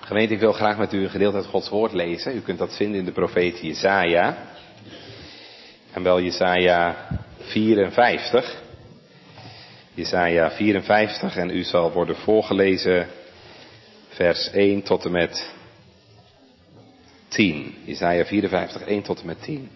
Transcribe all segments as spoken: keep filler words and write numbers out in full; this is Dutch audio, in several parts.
Gemeente, ik wil graag met u een gedeelte uit Gods woord lezen. U kunt dat vinden in de profeet Jesaja. En wel Jesaja vierenvijftig. Jesaja vierenvijftig en u zal worden voorgelezen vers één tot en met tien. Jesaja vierenvijftig, één tot en met tien.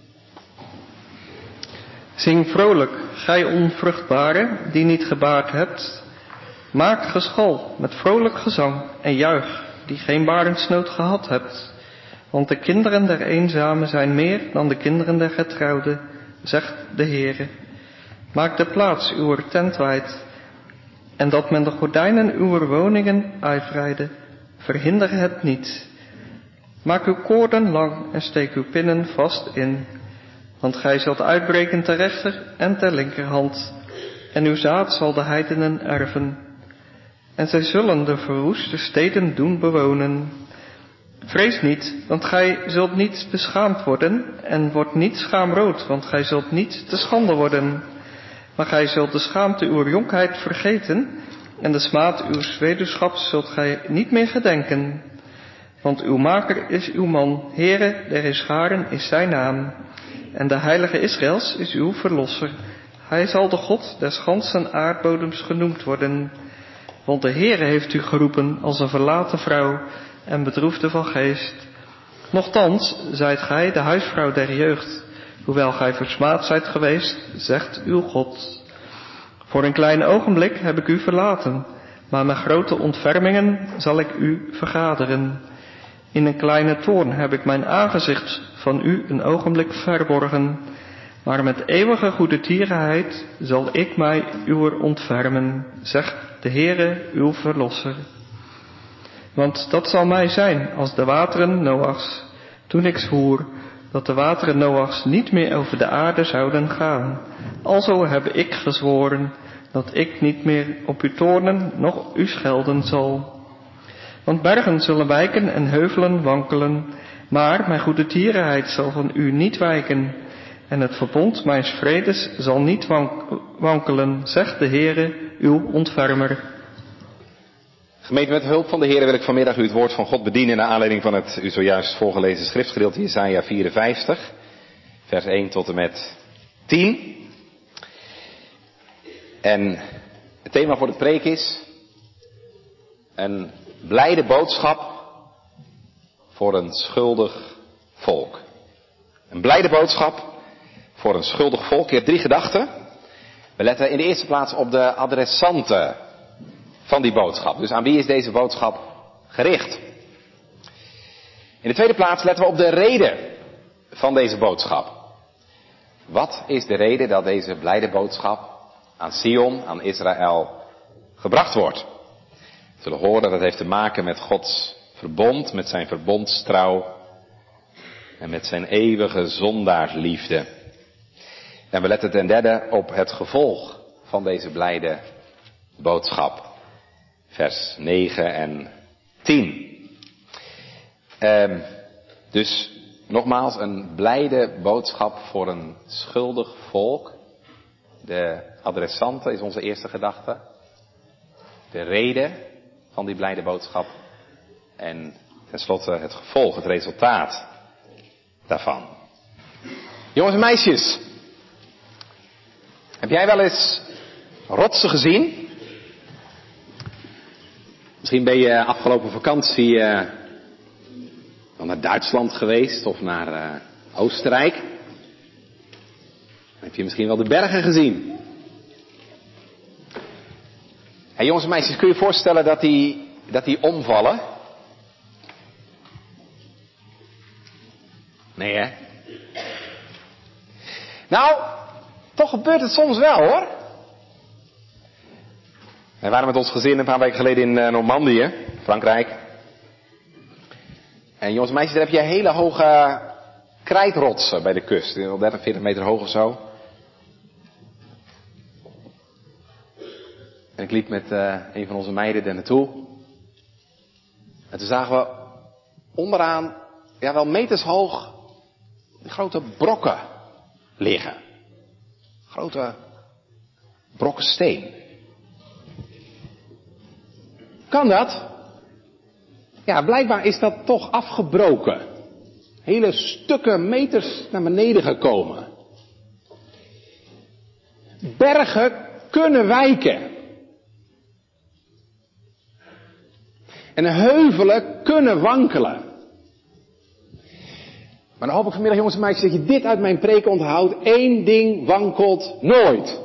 Zing vrolijk, gij onvruchtbare, die niet gebaard hebt. Maak geschal met vrolijk gezang en juich, die geen barensnood gehad hebt. Want de kinderen der eenzamen zijn meer dan de kinderen der getrouwden, zegt de Heere. Maak de plaats uw tent wijd, en dat men de gordijnen uw woningen uitbreide, verhinder het niet. Maak uw koorden lang en steek uw pinnen vast in. Want gij zult uitbreken ter rechter en ter linkerhand, en uw zaad zal de heidenen erven. En zij zullen de verwoeste steden doen bewonen. Vrees niet, want gij zult niet beschaamd worden, en word niet schaamrood, want gij zult niet te schande worden. Maar gij zult de schaamte uw jonkheid vergeten, en de smaad uw weduwschaps zult gij niet meer gedenken. Want uw maker is uw man, Heere der Heerscharen is zijn naam. En de heilige Israëls is uw verlosser. Hij zal de God des ganzen aardbodems genoemd worden. Want de Heere heeft u geroepen als een verlaten vrouw en bedroefde van geest. Nochtans zijt gij de huisvrouw der jeugd, hoewel gij versmaad zijt geweest, zegt uw God. Voor een klein ogenblik heb ik u verlaten, maar met grote ontfermingen zal ik u vergaderen. In een kleine toorn heb ik mijn aangezicht van u een ogenblik verborgen, maar met eeuwige goedertierenheid zal ik mij uwer ontfermen, zegt de Heere uw verlosser. Want dat zal mij zijn als de wateren Noachs, toen ik zwoer dat de wateren Noachs niet meer over de aarde zouden gaan. Alzo heb ik gezworen dat ik niet meer op u toornen, noch u schelden zal. Want bergen zullen wijken en heuvelen wankelen, maar mijn goedertierenheid zal van u niet wijken. En het verbond mijns vredes zal niet wankelen, zegt de Heere, uw ontfermer. Gemeente, met hulp van de Heere wil ik vanmiddag u het woord van God bedienen naar aanleiding van het u zojuist voorgelezen schriftgedeelte Jesaja vierenvijftig, vers één tot en met tien. En het thema voor de preek is een blijde boodschap voor een schuldig volk. Een blijde boodschap voor een schuldig volk. Ik heb drie gedachten. We letten in de eerste plaats op de adressanten van die boodschap. Dus aan wie is deze boodschap gericht? In de tweede plaats letten we op de reden van deze boodschap. Wat is de reden dat deze blijde boodschap aan Sion, aan Israël, gebracht wordt? We zullen horen dat het heeft te maken met Gods verbond, met zijn verbondstrouw en met zijn eeuwige zondaarsliefde. En we letten ten derde op het gevolg van deze blijde boodschap. Vers negen en tien. Um, dus nogmaals een blijde boodschap voor een schuldig volk. De adressante is onze eerste gedachte. De reden van die blijde boodschap. En tenslotte het gevolg, het resultaat daarvan. Jongens en meisjes. Heb jij wel eens rotsen gezien? Misschien ben je afgelopen vakantie uh, naar Duitsland geweest of naar uh, Oostenrijk. Dan heb je misschien wel de bergen gezien. Hey, jongens en meisjes, kun je je voorstellen dat die, dat die omvallen? Nee, hè? Nou, toch gebeurt het soms wel, hoor. Wij waren met ons gezin een paar weken geleden in uh, Normandië, Frankrijk. En jongens en meisjes, daar heb je hele hoge krijtrotsen bij de kust. dertig, veertig meter hoog of zo. En ik liep met uh, een van onze meiden daar naartoe. En toen zagen we onderaan, ja wel meters hoog, die grote brokken liggen. Grote brokken steen. Kan dat? ja, blijkbaar is dat toch afgebroken. Hele stukken meters naar beneden gekomen. Bergen kunnen wijken. En heuvelen kunnen wankelen. Maar dan hoop ik vanmiddag, jongens en meisjes, dat je dit uit mijn preek onthoudt. Eén ding wankelt nooit.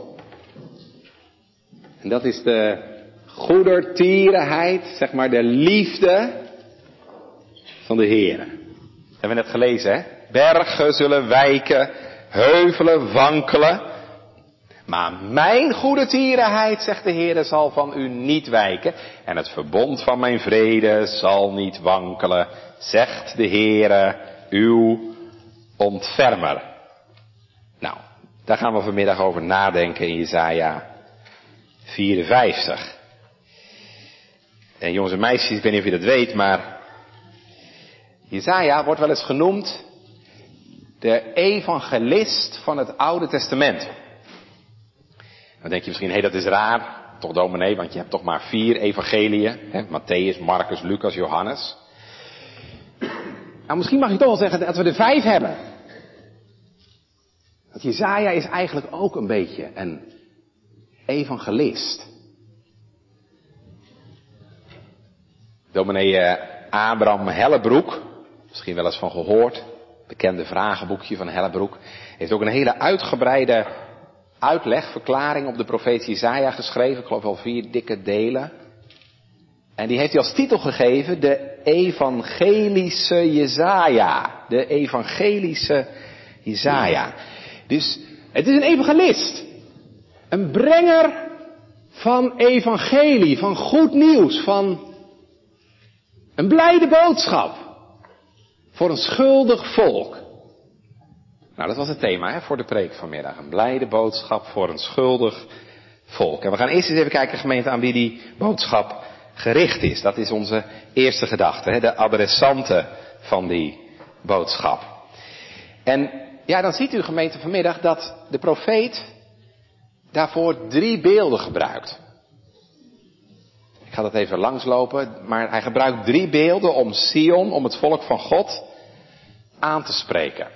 En dat is de goedertierenheid, zeg maar de liefde van de Heer. Dat hebben we net gelezen, hè? Bergen zullen wijken, heuvelen wankelen. Maar mijn goedertierenheid, zegt de Heer, zal van u niet wijken. En het verbond van mijn vrede zal niet wankelen, zegt de Heer, uw ontfermer. Nou, daar gaan we vanmiddag over nadenken in Jesaja vierenvijftig. En jongens en meisjes, ik weet niet of je dat weet, maar Jesaja wordt wel eens genoemd de evangelist van het Oude Testament. Dan denk je misschien, hé, hey, dat is raar, toch dominee, want je hebt toch maar vier evangeliën, hè? Matthäus, Marcus, Lucas, Johannes. Nou, misschien mag je toch wel zeggen dat we er vijf hebben. Want Jesaja is eigenlijk ook een beetje een evangelist. Dominee Abraham Hellebroek, misschien wel eens van gehoord, bekende vragenboekje van Hellebroek, heeft ook een hele uitgebreide uitleg, verklaring op de profeet Jesaja geschreven, ik geloof wel vier dikke delen. En die heeft hij als titel gegeven, de evangelische Jesaja. De evangelische Jesaja. Dus het is een evangelist. Een brenger van evangelie, van goed nieuws, van een blijde boodschap voor een schuldig volk. Nou, dat was het thema, hè, voor de preek vanmiddag. Een blijde boodschap voor een schuldig volk. En we gaan eerst eens even kijken, gemeente, aan wie die boodschap gericht is. Dat is onze eerste gedachte, hè, de adressanten van die boodschap. En ja, dan ziet u, gemeente, vanmiddag dat de profeet daarvoor drie beelden gebruikt. Ik ga dat even langslopen, maar hij gebruikt drie beelden om Sion, om het volk van God, aan te spreken.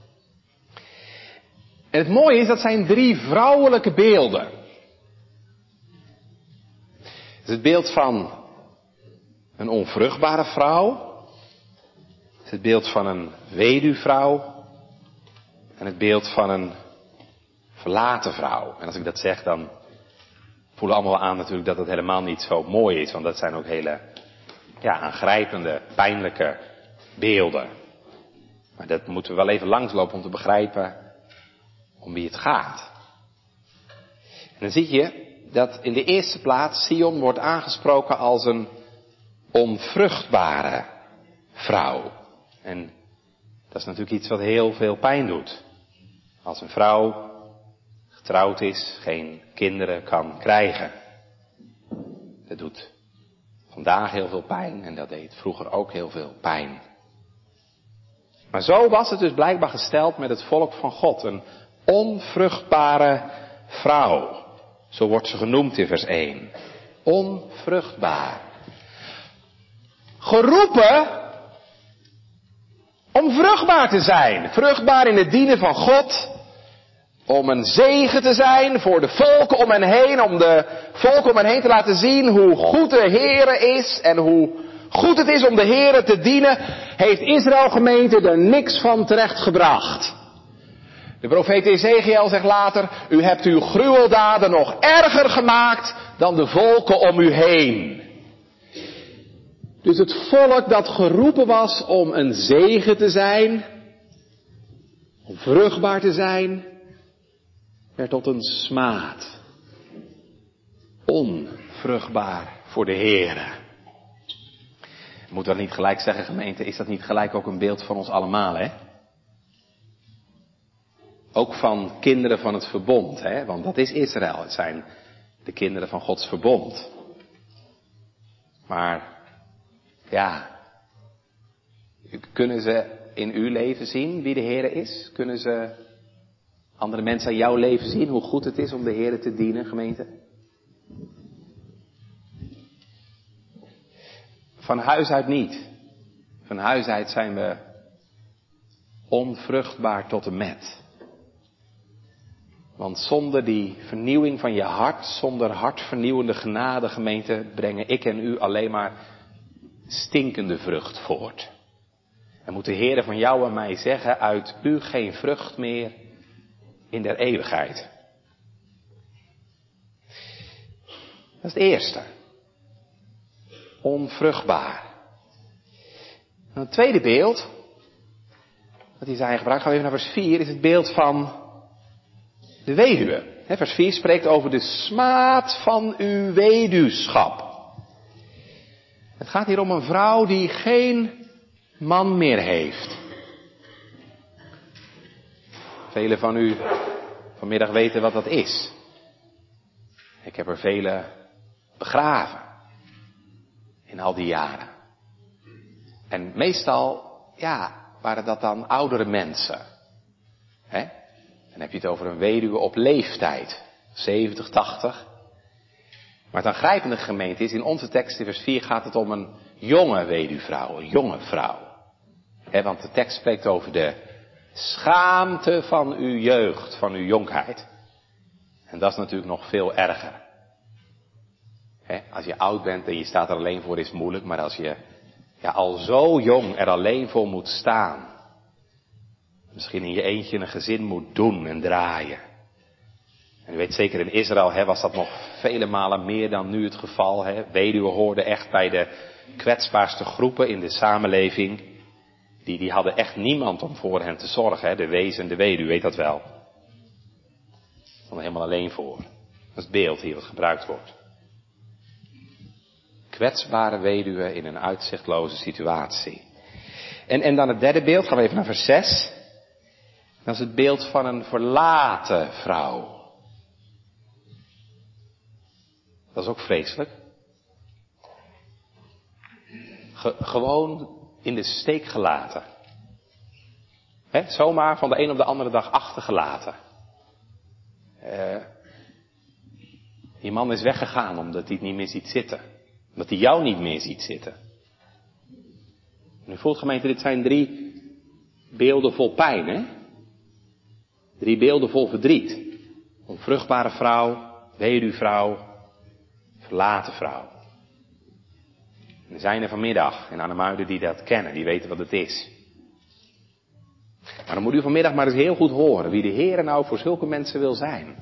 En het mooie is, dat zijn drie vrouwelijke beelden. Het is het beeld van een onvruchtbare vrouw. Het is het beeld van een weduwvrouw. En het beeld van een verlaten vrouw. En als ik dat zeg, dan voelen allemaal aan natuurlijk dat het helemaal niet zo mooi is. Want dat zijn ook hele ja, aangrijpende, pijnlijke beelden. Maar dat moeten we wel even langslopen om te begrijpen om wie het gaat. En dan zie je dat in de eerste plaats Sion wordt aangesproken als een onvruchtbare vrouw. En dat is natuurlijk iets wat heel veel pijn doet. Als een vrouw getrouwd is, geen kinderen kan krijgen. Dat doet vandaag heel veel pijn en dat deed vroeger ook heel veel pijn. Maar zo was het dus blijkbaar gesteld met het volk van God. Een onvruchtbare vrouw. Zo wordt ze genoemd in vers één. Onvruchtbaar. Geroepen om vruchtbaar te zijn. Vruchtbaar in het dienen van God. Om een zegen te zijn voor de volken om hen heen. Om de volken om hen heen te laten zien hoe goed de Heere is. En hoe goed het is om de Heere te dienen. Heeft Israël gemeente er niks van terechtgebracht. De profeet Ezekiel zegt later, u hebt uw gruweldaden nog erger gemaakt dan de volken om u heen. Dus het volk dat geroepen was om een zegen te zijn, om vruchtbaar te zijn, werd tot een smaad. Onvruchtbaar voor de Heere. Ik moet dat niet gelijk zeggen, gemeente, is dat niet gelijk ook een beeld van ons allemaal, hè? Ook van kinderen van het verbond, hè? Want dat is Israël. Het zijn de kinderen van Gods verbond. Maar, ja, kunnen ze in uw leven zien wie de Heere is? Kunnen ze andere mensen aan jouw leven zien hoe goed het is om de Heere te dienen, gemeente? Van huis uit niet. Van huis uit zijn we onvruchtbaar tot en met. Want zonder die vernieuwing van je hart, zonder hartvernieuwende genade, gemeente, brengen ik en u alleen maar stinkende vrucht voort. En moet de Heer van jou en mij zeggen, uit u geen vrucht meer in der eeuwigheid. Dat is het eerste. Onvruchtbaar. En het tweede beeld, dat Jesaja gebruikt, gaan we even naar vers vier, is het beeld van de weduwe. He, vers vier spreekt over de smaad van uw weduwschap. Het gaat hier om een vrouw die geen man meer heeft. Velen van u vanmiddag weten wat dat is. Ik heb er vele begraven. In al die jaren. En meestal, ja, waren dat dan oudere mensen. Hè? Dan heb je het over een weduwe op leeftijd. zeventig, tachtig. Maar het aangrijpende, gemeente, is in onze tekst in vers vier gaat het om een jonge weduwvrouw. Een jonge vrouw. Hè, want de tekst spreekt over de schaamte van uw jeugd, van uw jonkheid. En dat is natuurlijk nog veel erger. He, als je oud bent en je staat er alleen voor is het moeilijk, maar als je ja, al zo jong er alleen voor moet staan, misschien in je eentje een gezin moet doen en draaien. En u weet zeker in Israël he, was dat nog vele malen meer dan nu het geval. He. Weduwen hoorden echt bij de kwetsbaarste groepen in de samenleving. Die, die hadden echt niemand om voor hen te zorgen. He. De wees en de weduwe, weet dat wel. Stonden helemaal alleen voor. Dat is het beeld hier wat gebruikt wordt. Kwetsbare weduwe in een uitzichtloze situatie. En, en dan het derde beeld, gaan we even naar vers zes. Dat is het beeld van een verlaten vrouw. Dat is ook vreselijk. Ge, gewoon in de steek gelaten. He, zomaar van de een op de andere dag achtergelaten. Uh, die man is weggegaan omdat hij het niet meer ziet zitten. Omdat hij jou niet meer ziet zitten. En u voelt, gemeente, dit zijn drie beelden vol pijn, hè? Drie beelden vol verdriet. Onvruchtbare vrouw, weduwvrouw, verlaten vrouw. En er zijn er vanmiddag in Arnhemuiden die dat kennen, die weten wat het is. Maar dan moet u vanmiddag maar eens heel goed horen wie de Heer nou voor zulke mensen wil zijn.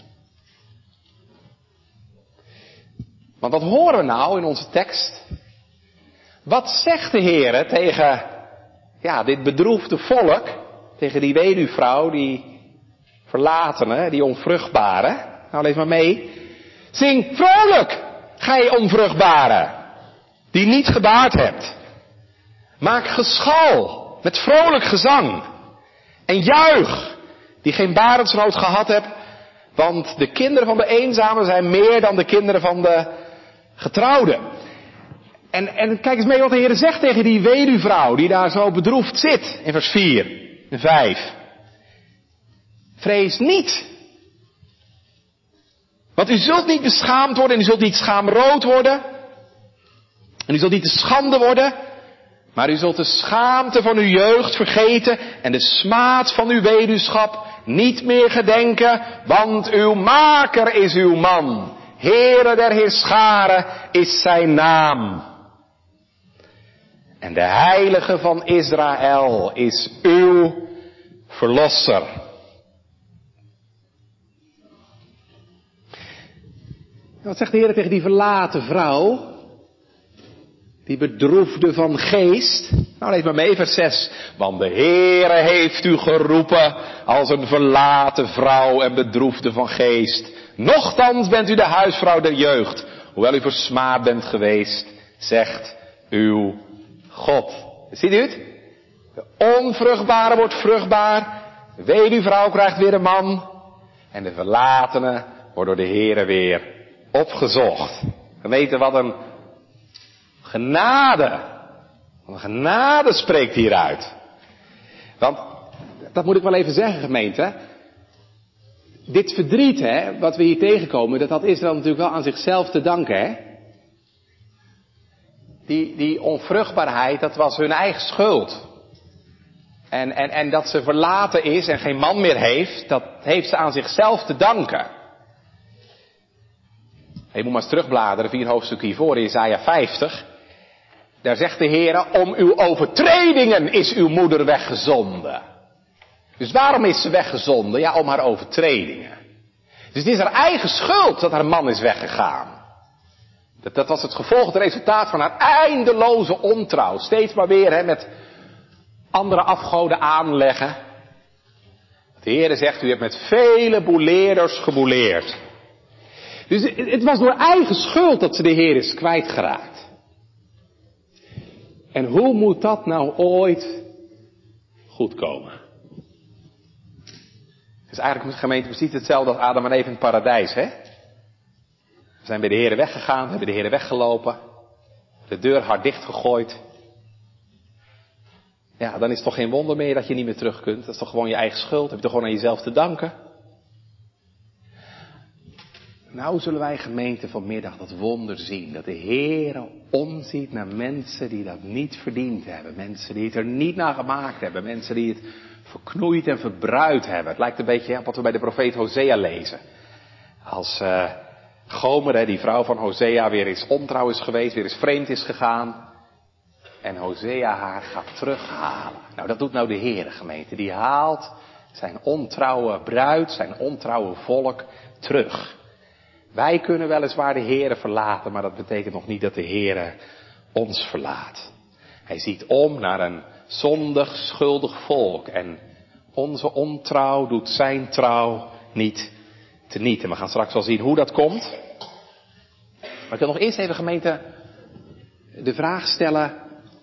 Want wat horen we nou in onze tekst? Wat zegt de Heer tegen ja, dit bedroefde volk, tegen die weduwvrouw, die verlatene, die onvruchtbare? Nou, lees maar mee. Zing vrolijk, gij onvruchtbare, die niet gebaard hebt. Maak geschal met vrolijk gezang. En juich, die geen barensnood gehad hebt. Want de kinderen van de eenzame zijn meer dan de kinderen van de getrouwden. En, en kijk eens mee wat de Heer zegt tegen die weduwvrouw die daar zo bedroefd zit. In vers vier en vijf. Vrees niet. Want u zult niet beschaamd worden en u zult niet schaamrood worden. En u zult niet te schande worden. Maar u zult de schaamte van uw jeugd vergeten en de smaad van uw weduwschap niet meer gedenken. Want uw maker is uw man. Heere der Heerscharen is zijn naam. En de heilige van Israël is uw verlosser. Wat zegt de Heer tegen die verlaten vrouw? Die bedroefde van geest. Nou, lees maar mee, vers zes. Want de Heere heeft u geroepen als een verlaten vrouw en bedroefde van geest. Nochtans bent u de huisvrouw der jeugd. Hoewel u versmaad bent geweest, zegt uw God. Ziet u het? De onvruchtbare wordt vruchtbaar. De weduwvrouw krijgt weer een man. En de verlatene wordt door de Heere weer opgezocht. We weten wat een genade. Een genade spreekt hieruit. Want, dat moet ik wel even zeggen, gemeente. Dit verdriet, hè, wat we hier tegenkomen, dat had Israël natuurlijk wel aan zichzelf te danken, hè. die, die onvruchtbaarheid, dat was hun eigen schuld. En, en, en dat ze verlaten is en geen man meer heeft, dat heeft ze aan zichzelf te danken. Je moet maar eens terugbladeren, vier hoofdstuk hiervoor, in Jesaja vijftig. Daar zegt de Heer, om uw overtredingen is uw moeder weggezonden. Dus waarom is ze weggezonden? Ja, om haar overtredingen. Dus het is haar eigen schuld dat haar man is weggegaan. Dat, dat was het gevolg, het resultaat van haar eindeloze ontrouw. Steeds maar weer hè, met andere afgoden aanleggen. De Heer zegt, u hebt met vele boeleerders gebouleerd. Dus het was door eigen schuld dat ze de Heer is kwijtgeraakt. En hoe moet dat nou ooit goed komen? Het is eigenlijk met de gemeente precies hetzelfde als Adam en Eva in het paradijs, hè? We zijn bij de Heer weggegaan, hebben de Heer weggelopen, de deur hard dichtgegooid. Ja, dan is het toch geen wonder meer dat je niet meer terug kunt. Dat is toch gewoon je eigen schuld, heb je toch gewoon aan jezelf te danken. Nou zullen wij gemeente vanmiddag dat wonder zien. Dat de Heer omziet naar mensen die dat niet verdiend hebben. Mensen die het er niet naar gemaakt hebben. Mensen die het verknoeid en verbruid hebben. Het lijkt een beetje op wat we bij de profeet Hosea lezen. Als uh, Gomer, hè, die vrouw van Hosea, weer eens ontrouw is geweest. Weer eens vreemd is gegaan. En Hosea haar gaat terughalen. Nou, dat doet nou de Heer, gemeente. Die haalt zijn ontrouwe bruid, zijn ontrouwe volk terug. Wij kunnen weliswaar de Heere verlaten, maar dat betekent nog niet dat de Heere ons verlaat. Hij ziet om naar een zondig, schuldig volk. En onze ontrouw doet zijn trouw niet teniet. En we gaan straks wel zien hoe dat komt. Maar ik wil nog eerst even, gemeente, de vraag stellen.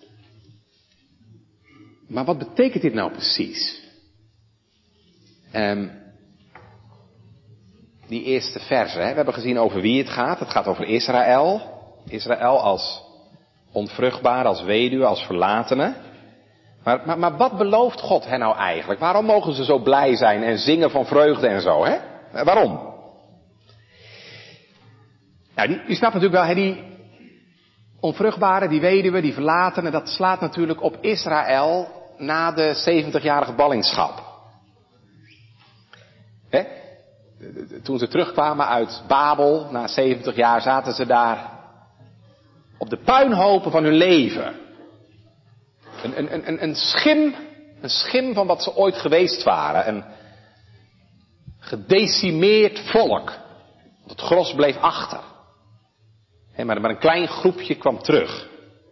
Maar wat betekent dit nou precies? Um, Die eerste verse, hè? We hebben gezien over wie het gaat. Het gaat over Israël. Israël als onvruchtbaar, als weduwe, als verlatene. Maar, maar, maar wat belooft God hen nou eigenlijk? Waarom mogen ze zo blij zijn en zingen van vreugde en zo, hè? Waarom? Nou, die, u snapt natuurlijk wel, hè, die onvruchtbare, die weduwe, die verlatene, dat slaat natuurlijk op Israël na de zeventigjarige ballingschap. Hè? Toen ze terugkwamen uit Babel, na zeventig jaar, zaten ze daar op de puinhopen van hun leven. Een, een, een, een schim, een schim van wat ze ooit geweest waren. Een gedecimeerd volk. Het gros bleef achter. He, maar, maar een klein groepje kwam terug.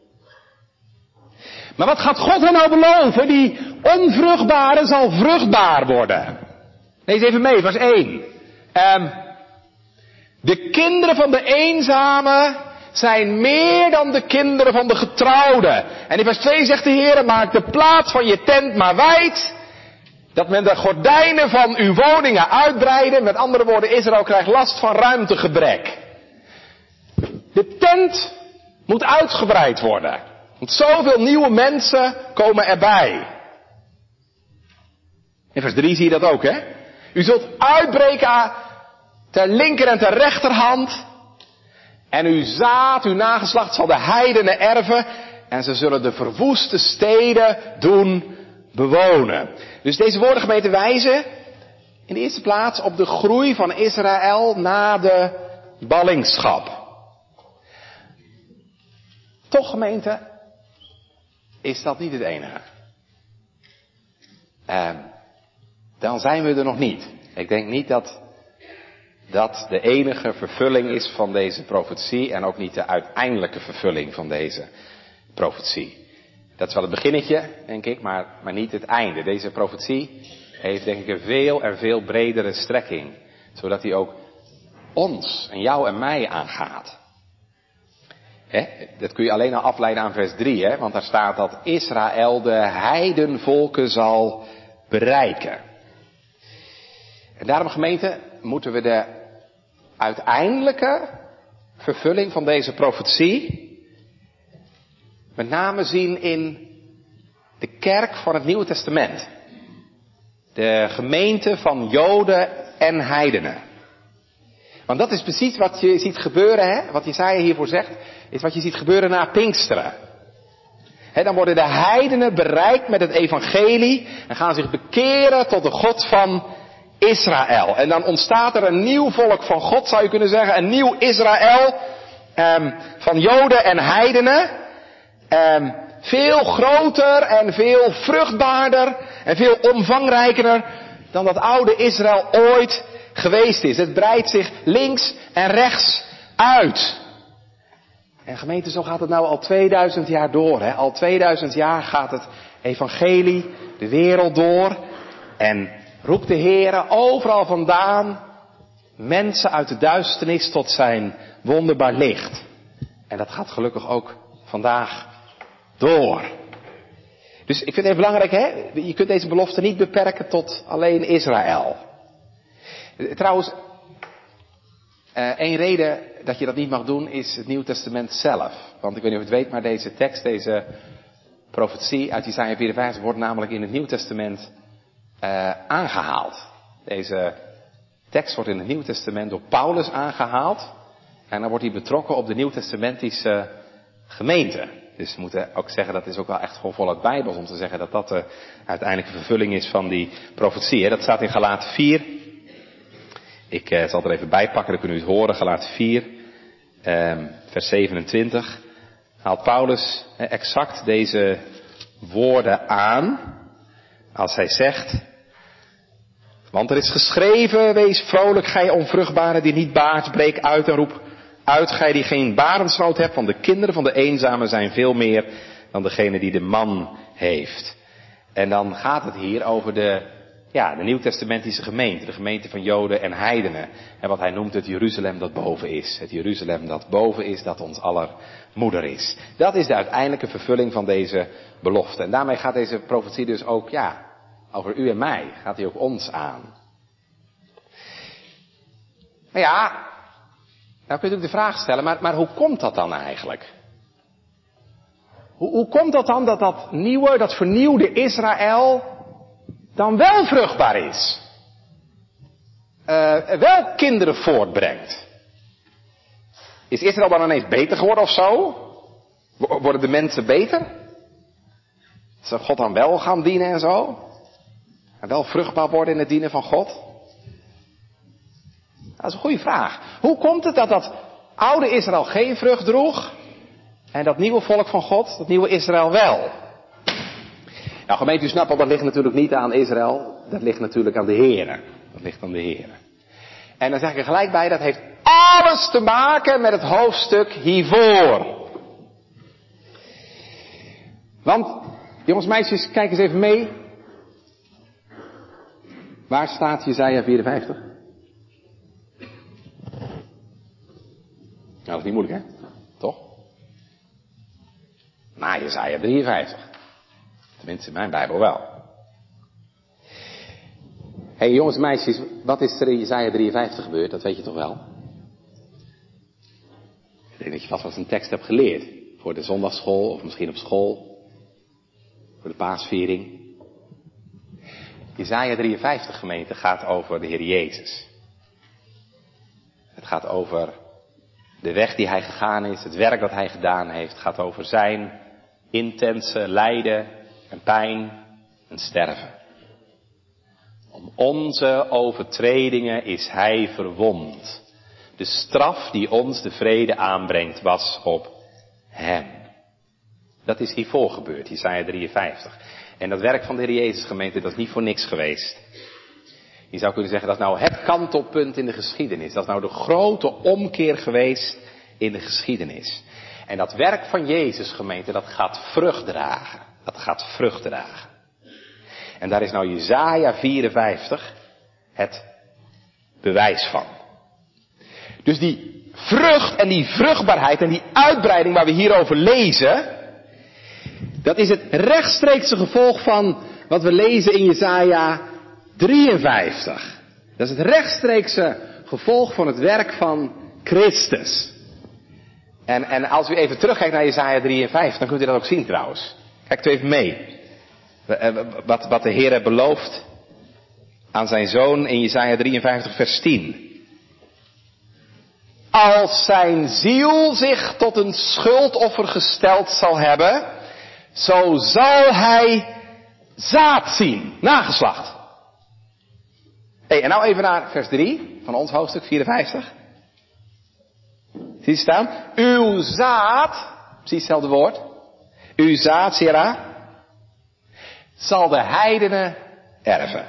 Maar wat gaat God hen nou beloven? Die onvruchtbare zal vruchtbaar worden. Lees even mee, vers één. Um, de kinderen van de eenzame zijn meer dan de kinderen van de getrouwden. En in vers twee zegt de Heer, maak de plaats van je tent maar wijd, dat men de gordijnen van uw woningen uitbreiden. Met andere woorden, Israël krijgt last van ruimtegebrek. De tent moet uitgebreid worden. Want zoveel nieuwe mensen komen erbij. In vers drie zie je dat ook, hè? U zult uitbreken ter linker en ter rechterhand. En uw zaad, uw nageslacht zal de heidenen erven. En ze zullen de verwoeste steden doen bewonen. Dus deze woorden, gemeente, wijzen in de eerste plaats op de groei van Israël na de ballingschap. Toch, gemeente, is dat niet het enige. Uh, dan zijn we er nog niet. Ik denk niet dat dat de enige vervulling is van deze profetie en ook niet de uiteindelijke vervulling van deze profetie. Dat is wel het beginnetje, denk ik, maar, maar niet het einde. Deze profetie heeft, denk ik, een veel en veel bredere strekking, zodat die ook ons en jou en mij aangaat. He, dat kun je alleen al afleiden aan vers drie, hè? Want daar staat dat Israël de heidenvolken zal bereiken. En daarom, gemeente, moeten we de uiteindelijke vervulling van deze profetie met name zien in de kerk van het Nieuwe Testament. De gemeente van Joden en heidenen. Want dat is precies wat je ziet gebeuren, hè? Wat Jesaja hiervoor zegt, is wat je ziet gebeuren na Pinksteren. He, dan worden de heidenen bereikt met het evangelie en gaan zich bekeren tot de God van Israël. En dan ontstaat er een nieuw volk van God, zou je kunnen zeggen, een nieuw Israël um, van Joden en heidenen. Um, veel groter en veel vruchtbaarder en veel omvangrijker dan dat oude Israël ooit geweest is. Het breidt zich links en rechts uit. En gemeente, zo gaat het nou al tweeduizend jaar door. Hè? Al tweeduizend jaar gaat het evangelie de wereld door. En roept de Heere overal vandaan mensen uit de duisternis tot zijn wonderbaar licht. En dat gaat gelukkig ook vandaag door. Dus ik vind het even belangrijk, hè? Je kunt deze belofte niet beperken tot alleen Israël. Trouwens, uh, één reden dat je dat niet mag doen is het Nieuw Testament zelf. Want ik weet niet of je het weet, maar deze tekst, deze profetie uit Jesaja vierenvijftig wordt namelijk in het Nieuw Testament uh, aangehaald. Deze tekst wordt in het Nieuw Testament door Paulus aangehaald. En dan wordt hij betrokken op de Nieuwtestamentische gemeente. Dus we moeten ook zeggen, dat is ook wel echt gewoon voluit Bijbels om te zeggen dat dat de uiteindelijke vervulling is van die profetie. Hè. Dat staat in Galaten vier. Ik eh, zal er even bij pakken, dan kunnen u het horen. Galaten vier, eh, vers zevenentwintig. Haalt Paulus eh, exact deze woorden aan. Als hij zegt, want er is geschreven, wees vrolijk, gij onvruchtbare die niet baart, breek uit en roep uit, gij die geen barensnood hebt, want de kinderen van de eenzame zijn veel meer dan degene die de man heeft. En dan gaat het hier over de, ja, de Nieuwtestamentische gemeente, de gemeente van Joden en heidenen. En wat hij noemt het Jeruzalem dat boven is. Het Jeruzalem dat boven is, dat ons aller moeder is. Dat is de uiteindelijke vervulling van deze belofte. En daarmee gaat deze profetie dus ook, ja, over u en mij, gaat hij ook ons aan. Maar ja, nou kun je natuurlijk de vraag stellen, maar, maar hoe komt dat dan eigenlijk? Hoe, hoe komt dat dan dat dat nieuwe, dat vernieuwde Israël dan wel vruchtbaar is? Uh, wel kinderen voortbrengt? Is Israël dan ineens beter geworden of zo? Worden de mensen beter? Zou God dan wel gaan dienen en zo? En wel vruchtbaar worden in het dienen van God? Dat is een goede vraag. Hoe komt het dat dat oude Israël geen vrucht droeg en dat nieuwe volk van God, dat nieuwe Israël wel? Nou gemeente, u snapt al, dat ligt natuurlijk niet aan Israël. Dat ligt natuurlijk aan de Heere. Dat ligt aan de Heere. En dan zeg ik er gelijk bij, dat heeft alles te maken met het hoofdstuk hiervoor. Want, jongens, meisjes, kijk eens even mee. Waar staat Jesaja vierenvijftig? Nou, dat is niet moeilijk, hè? Toch? Na Jesaja drieënvijftig. Tenminste, in mijn Bijbel wel. Hé hey, jongens en meisjes, wat is er in Jesaja drieënvijftig gebeurd? Dat weet je toch wel? Ik denk dat je vast wel eens een tekst hebt geleerd. Voor de zondagsschool of misschien op school. Voor de paasviering. Jesaja drieënvijftig, gemeente, gaat over de Heer Jezus. Het gaat over de weg die hij gegaan is, het werk dat hij gedaan heeft. Het gaat over zijn intense lijden en pijn en sterven. Om onze overtredingen is hij verwond. De straf die ons de vrede aanbrengt was op hem. Dat is hiervoor gebeurd, Jesaja drieënvijftig. En dat werk van de Heer Jezus, gemeente, dat is niet voor niks geweest. Je zou kunnen zeggen, dat is nou het kantelpunt in de geschiedenis. Dat is nou de grote omkeer geweest in de geschiedenis. En dat werk van Jezus, gemeente, dat gaat vrucht dragen. Dat gaat vrucht dragen. En daar is nou Jesaja vierenvijftig het bewijs van. Dus die vrucht en die vruchtbaarheid en die uitbreiding waar we hierover lezen, dat is het rechtstreekse gevolg van wat we lezen in Jesaja drieënvijftig. Dat is het rechtstreekse gevolg van het werk van Christus. En, en als u even terugkijkt naar Jesaja drieënvijftig, dan kunt u dat ook zien trouwens. Kijk u even mee. Wat, wat de Heer belooft aan zijn zoon in Jesaja drieënvijftig vers tien. Als zijn ziel zich tot een schuldoffer gesteld zal hebben, zo zal hij zaad zien, nageslacht. Hey, en nou even naar vers drie van ons hoofdstuk vierenvijftig. Zie je staan? Uw zaad, precies hetzelfde woord. Uw zaad, Sera, zal de heidenen erven.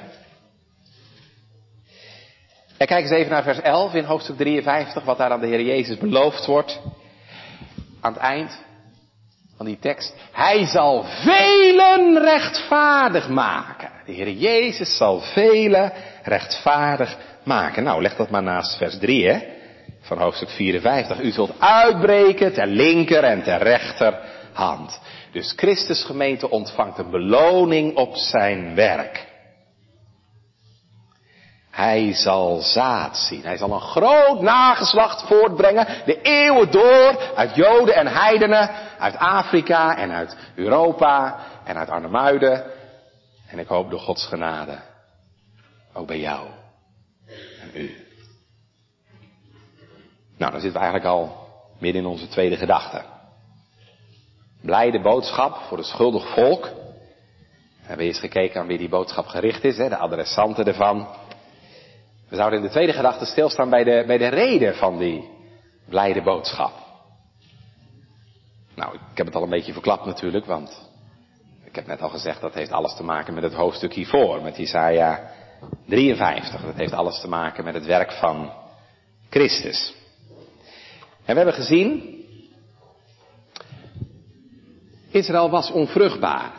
En kijk eens even naar vers elf in hoofdstuk drieënvijftig, wat daar aan de Heer Jezus beloofd wordt. Aan het eind van die tekst. Hij zal velen rechtvaardig maken. De Heer Jezus zal velen rechtvaardig maken. Nou, leg dat maar naast vers drie, hè, van hoofdstuk vierenvijftig. U zult uitbreken ter linker en ter rechterhand. Dus Christus gemeente ontvangt een beloning op zijn werk. Hij zal zaad zien. Hij zal een groot nageslacht voortbrengen. De eeuwen door. Uit Joden en heidenen. Uit Afrika en uit Europa. En uit Arnhemuiden. En ik hoop door Gods genade. Ook bij jou. En u. Nou, dan zitten we eigenlijk al midden in onze tweede gedachte. Blijde boodschap voor een schuldig volk. We hebben eerst gekeken aan wie die boodschap gericht is. Hè, de adressanten ervan. We zouden in de tweede gedachte stilstaan bij de, bij de reden van die blijde boodschap. Nou, ik heb het al een beetje verklapt natuurlijk, want ik heb net al gezegd dat heeft alles te maken met het hoofdstuk hiervoor, met Jesaja drieënvijftig. Dat heeft alles te maken met het werk van Christus. En we hebben gezien, Israël was onvruchtbaar.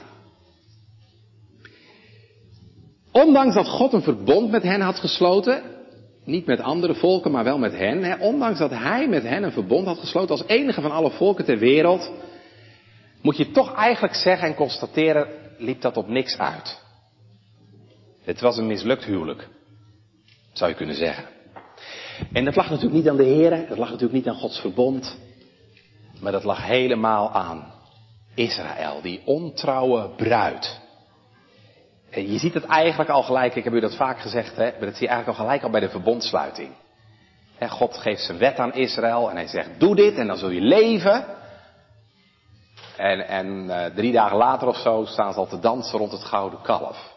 Ondanks dat God een verbond met hen had gesloten, niet met andere volken, maar wel met hen. Hè, ondanks dat hij met hen een verbond had gesloten als enige van alle volken ter wereld, moet je toch eigenlijk zeggen en constateren, liep dat op niks uit. Het was een mislukt huwelijk, zou je kunnen zeggen. En dat lag natuurlijk niet aan de Heer, dat lag natuurlijk niet aan Gods verbond, maar dat lag helemaal aan Israël, die ontrouwe bruid. Je ziet het eigenlijk al gelijk, ik heb u dat vaak gezegd, hè, maar dat zie je eigenlijk al gelijk al bij de verbondsluiting. God geeft zijn wet aan Israël en hij zegt, doe dit en dan zul je leven. En, en uh, drie dagen later of zo staan ze al te dansen rond het gouden kalf.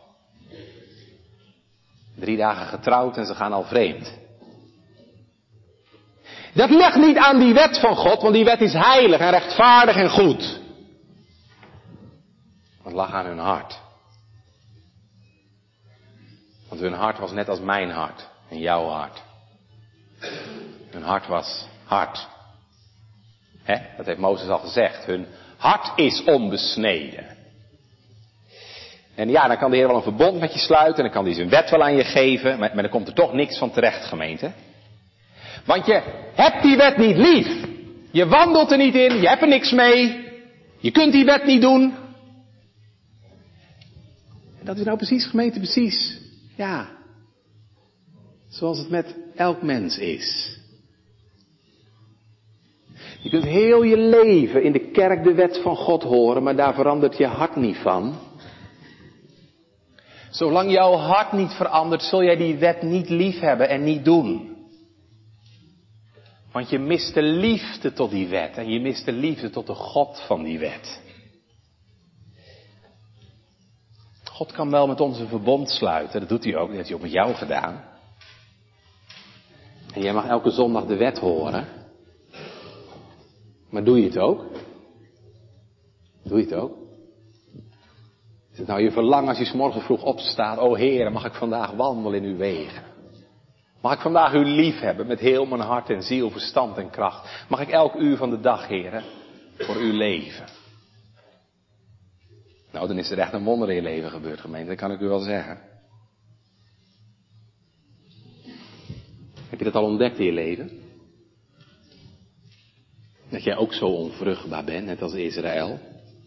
Drie dagen getrouwd en ze gaan al vreemd. Dat ligt niet aan die wet van God, want die wet is heilig en rechtvaardig en goed. Het lag aan hun hart. Want hun hart was net als mijn hart en jouw hart. Hun hart was hard. Hè? Dat heeft Mozes al gezegd. Hun hart is onbesneden. En ja, dan kan de Heer wel een verbond met je sluiten. En dan kan hij zijn wet wel aan je geven. Maar, maar dan komt er toch niks van terecht, gemeente. Want je hebt die wet niet lief. Je wandelt er niet in. Je hebt er niks mee. Je kunt die wet niet doen. En dat is nou precies, gemeente, precies. Ja. Zoals het met elk mens is. Je kunt heel je leven in de kerk de wet van God horen, maar daar verandert je hart niet van. Zolang jouw hart niet verandert, zul jij die wet niet lief hebben en niet doen. Want je mist de liefde tot die wet en je mist de liefde tot de God van die wet. God kan wel met ons een verbond sluiten, dat doet hij ook, dat heeft hij ook met jou gedaan. En jij mag elke zondag de wet horen. Maar doe je het ook? Doe je het ook? Is het nou je verlangen als je 's morgens vroeg opstaat, o Heer, mag ik vandaag wandelen in uw wegen? Mag ik vandaag u lief hebben met heel mijn hart en ziel, verstand en kracht? Mag ik elk uur van de dag, Heer, voor u leven? Nou, dan is er echt een wonder in je leven gebeurd, gemeente, dat kan ik u wel zeggen. Heb je dat al ontdekt in je leven? Dat jij ook zo onvruchtbaar bent, net als Israël.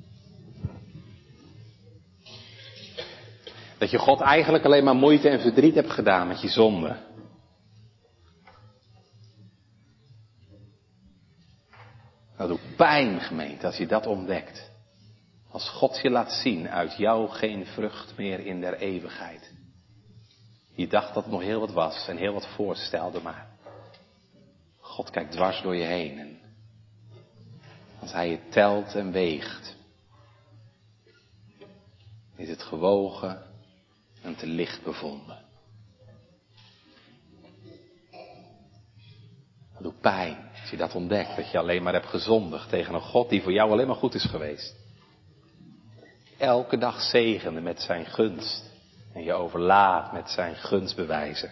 Dat je God eigenlijk alleen maar moeite en verdriet hebt gedaan met je zonde. Dat doet pijn, gemeente, als je dat ontdekt. Als God je laat zien, uit jou geen vrucht meer in der eeuwigheid. Je dacht dat het nog heel wat was en heel wat voorstelde, maar God kijkt dwars door je heen. En als hij je telt en weegt, is het gewogen en te licht bevonden. Dat doet pijn als je dat ontdekt, dat je alleen maar hebt gezondigd tegen een God die voor jou alleen maar goed is geweest. Elke dag zegende met zijn gunst en je overlaat met zijn gunstbewijzen.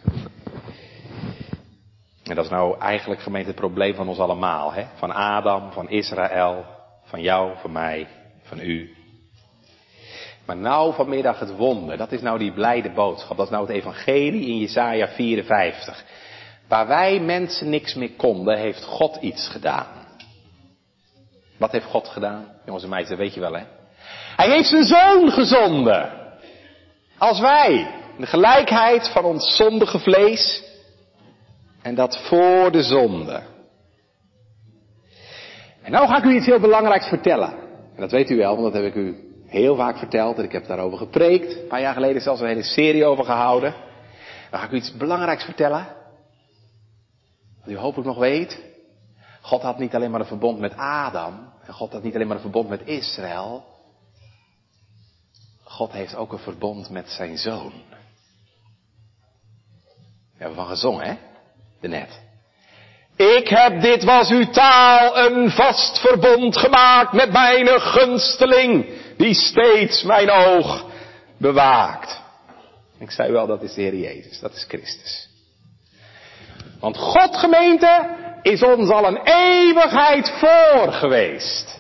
En dat is nou eigenlijk, gemeente, het probleem van ons allemaal. Hè? Van Adam, van Israël, van jou, van mij, van u. Maar nou vanmiddag het wonder, dat is nou die blijde boodschap. Dat is nou het evangelie in Jesaja vierenvijftig. Waar wij mensen niks meer konden, heeft God iets gedaan. Wat heeft God gedaan? Jongens en meisjes, dat weet je wel, hè? Hij heeft zijn zoon gezonden. Als wij. De gelijkheid van ons zondige vlees. En dat voor de zonde. En nou ga ik u iets heel belangrijks vertellen. En dat weet u wel, want dat heb ik u heel vaak verteld. En ik heb daarover gepreekt. Een paar jaar geleden zelfs een hele serie over gehouden. Dan ga ik u iets belangrijks vertellen. Wat u hopelijk nog weet. God had niet alleen maar een verbond met Adam. En God had niet alleen maar een verbond met Israël. God heeft ook een verbond met zijn zoon. We hebben van gezongen, hè? Net. Ik heb, dit was uw taal, een vast verbond gemaakt met mijn gunsteling, die steeds mijn oog bewaakt. Ik zei wel, dat is de Heer Jezus, dat is Christus. Want God, gemeente, is ons al een eeuwigheid voor geweest.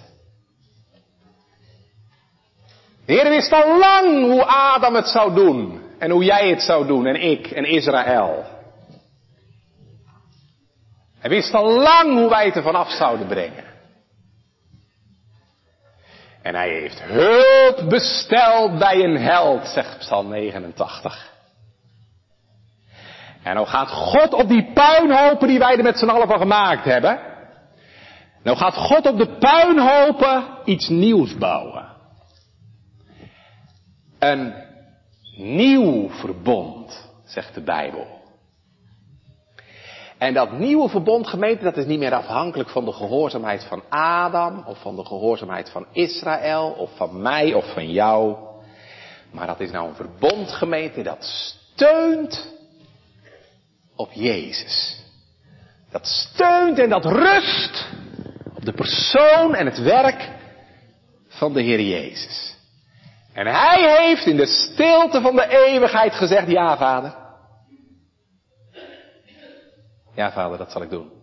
De Heer wist al lang hoe Adam het zou doen. En hoe jij het zou doen. En ik en Israël. Hij wist al lang hoe wij het er vanaf zouden brengen. En hij heeft hulp besteld bij een held, zegt Psalm negenentachtig. En nou gaat God op die puinhopen die wij er met z'n allen van gemaakt hebben. Nou gaat God op de puinhopen iets nieuws bouwen. Een nieuw verbond, zegt de Bijbel. En dat nieuwe verbond, gemeente, dat is niet meer afhankelijk van de gehoorzaamheid van Adam, of van de gehoorzaamheid van Israël, of van mij, of van jou. Maar dat is nou een verbond, gemeente, dat steunt op Jezus. Dat steunt en dat rust op de persoon en het werk van de Heer Jezus. En hij heeft in de stilte van de eeuwigheid gezegd, ja vader. Ja vader, dat zal ik doen.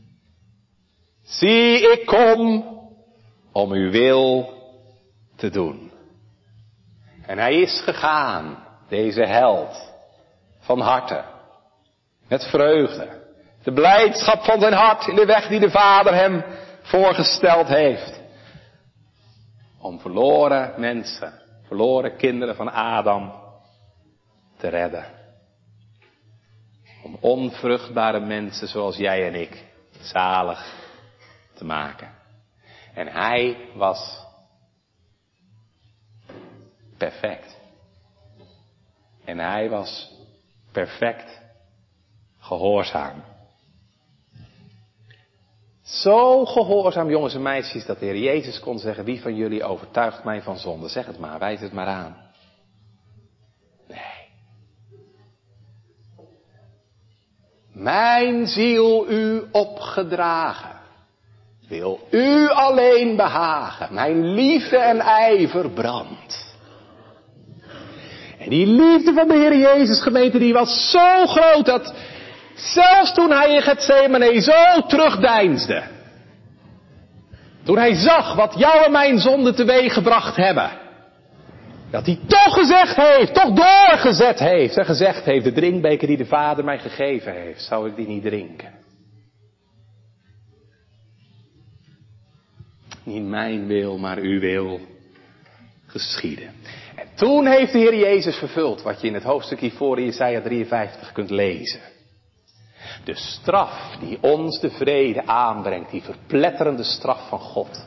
Zie, ik kom om uw wil te doen. En hij is gegaan, deze held, van harte, met vreugde, de blijdschap van zijn hart in de weg die de Vader hem voorgesteld heeft. Om verloren mensen, verloren kinderen van Adam te redden. Om onvruchtbare mensen zoals jij en ik zalig te maken. En hij was perfect. En hij was perfect gehoorzaam. Zo gehoorzaam, jongens en meisjes, dat de Heer Jezus kon zeggen, wie van jullie overtuigt mij van zonde? Zeg het maar, wijs het maar aan. Nee. Mijn ziel u opgedragen, wil u alleen behagen, mijn liefde en ijver brandt. En die liefde van de Heer Jezus, gemeente, die was zo groot dat zelfs toen hij in Getsemane zo terugdeinsde, toen hij zag wat jou en mijn zonde teweeggebracht hebben, dat hij toch gezegd heeft, toch doorgezet heeft en gezegd heeft, de drinkbeker die de Vader mij gegeven heeft, zou ik die niet drinken. Niet mijn wil, maar uw wil geschieden. En toen heeft de Heer Jezus vervuld wat je in het hoofdstuk hiervoor in Jesaja drieënvijftig kunt lezen. De straf die ons de vrede aanbrengt, die verpletterende straf van God.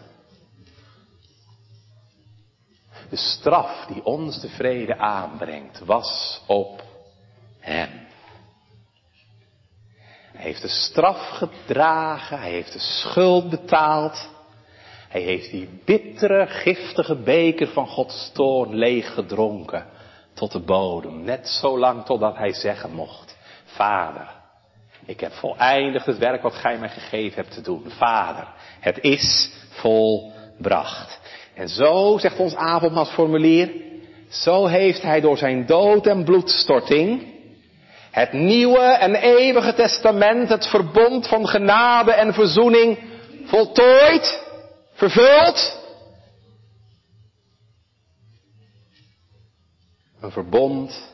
De straf die ons de vrede aanbrengt, was op hem. Hij heeft de straf gedragen, hij heeft de schuld betaald. Hij heeft die bittere, giftige beker van Gods toorn leeg gedronken tot de bodem. Net zo lang totdat hij zeggen mocht, Vader, ik heb voleindigd het werk wat gij mij gegeven hebt te doen. Vader, het is volbracht. En zo, zegt ons avondmaalsformulier, zo heeft hij door zijn dood en bloedstorting het nieuwe en eeuwige testament, het verbond van genade en verzoening, voltooid, vervuld. Een verbond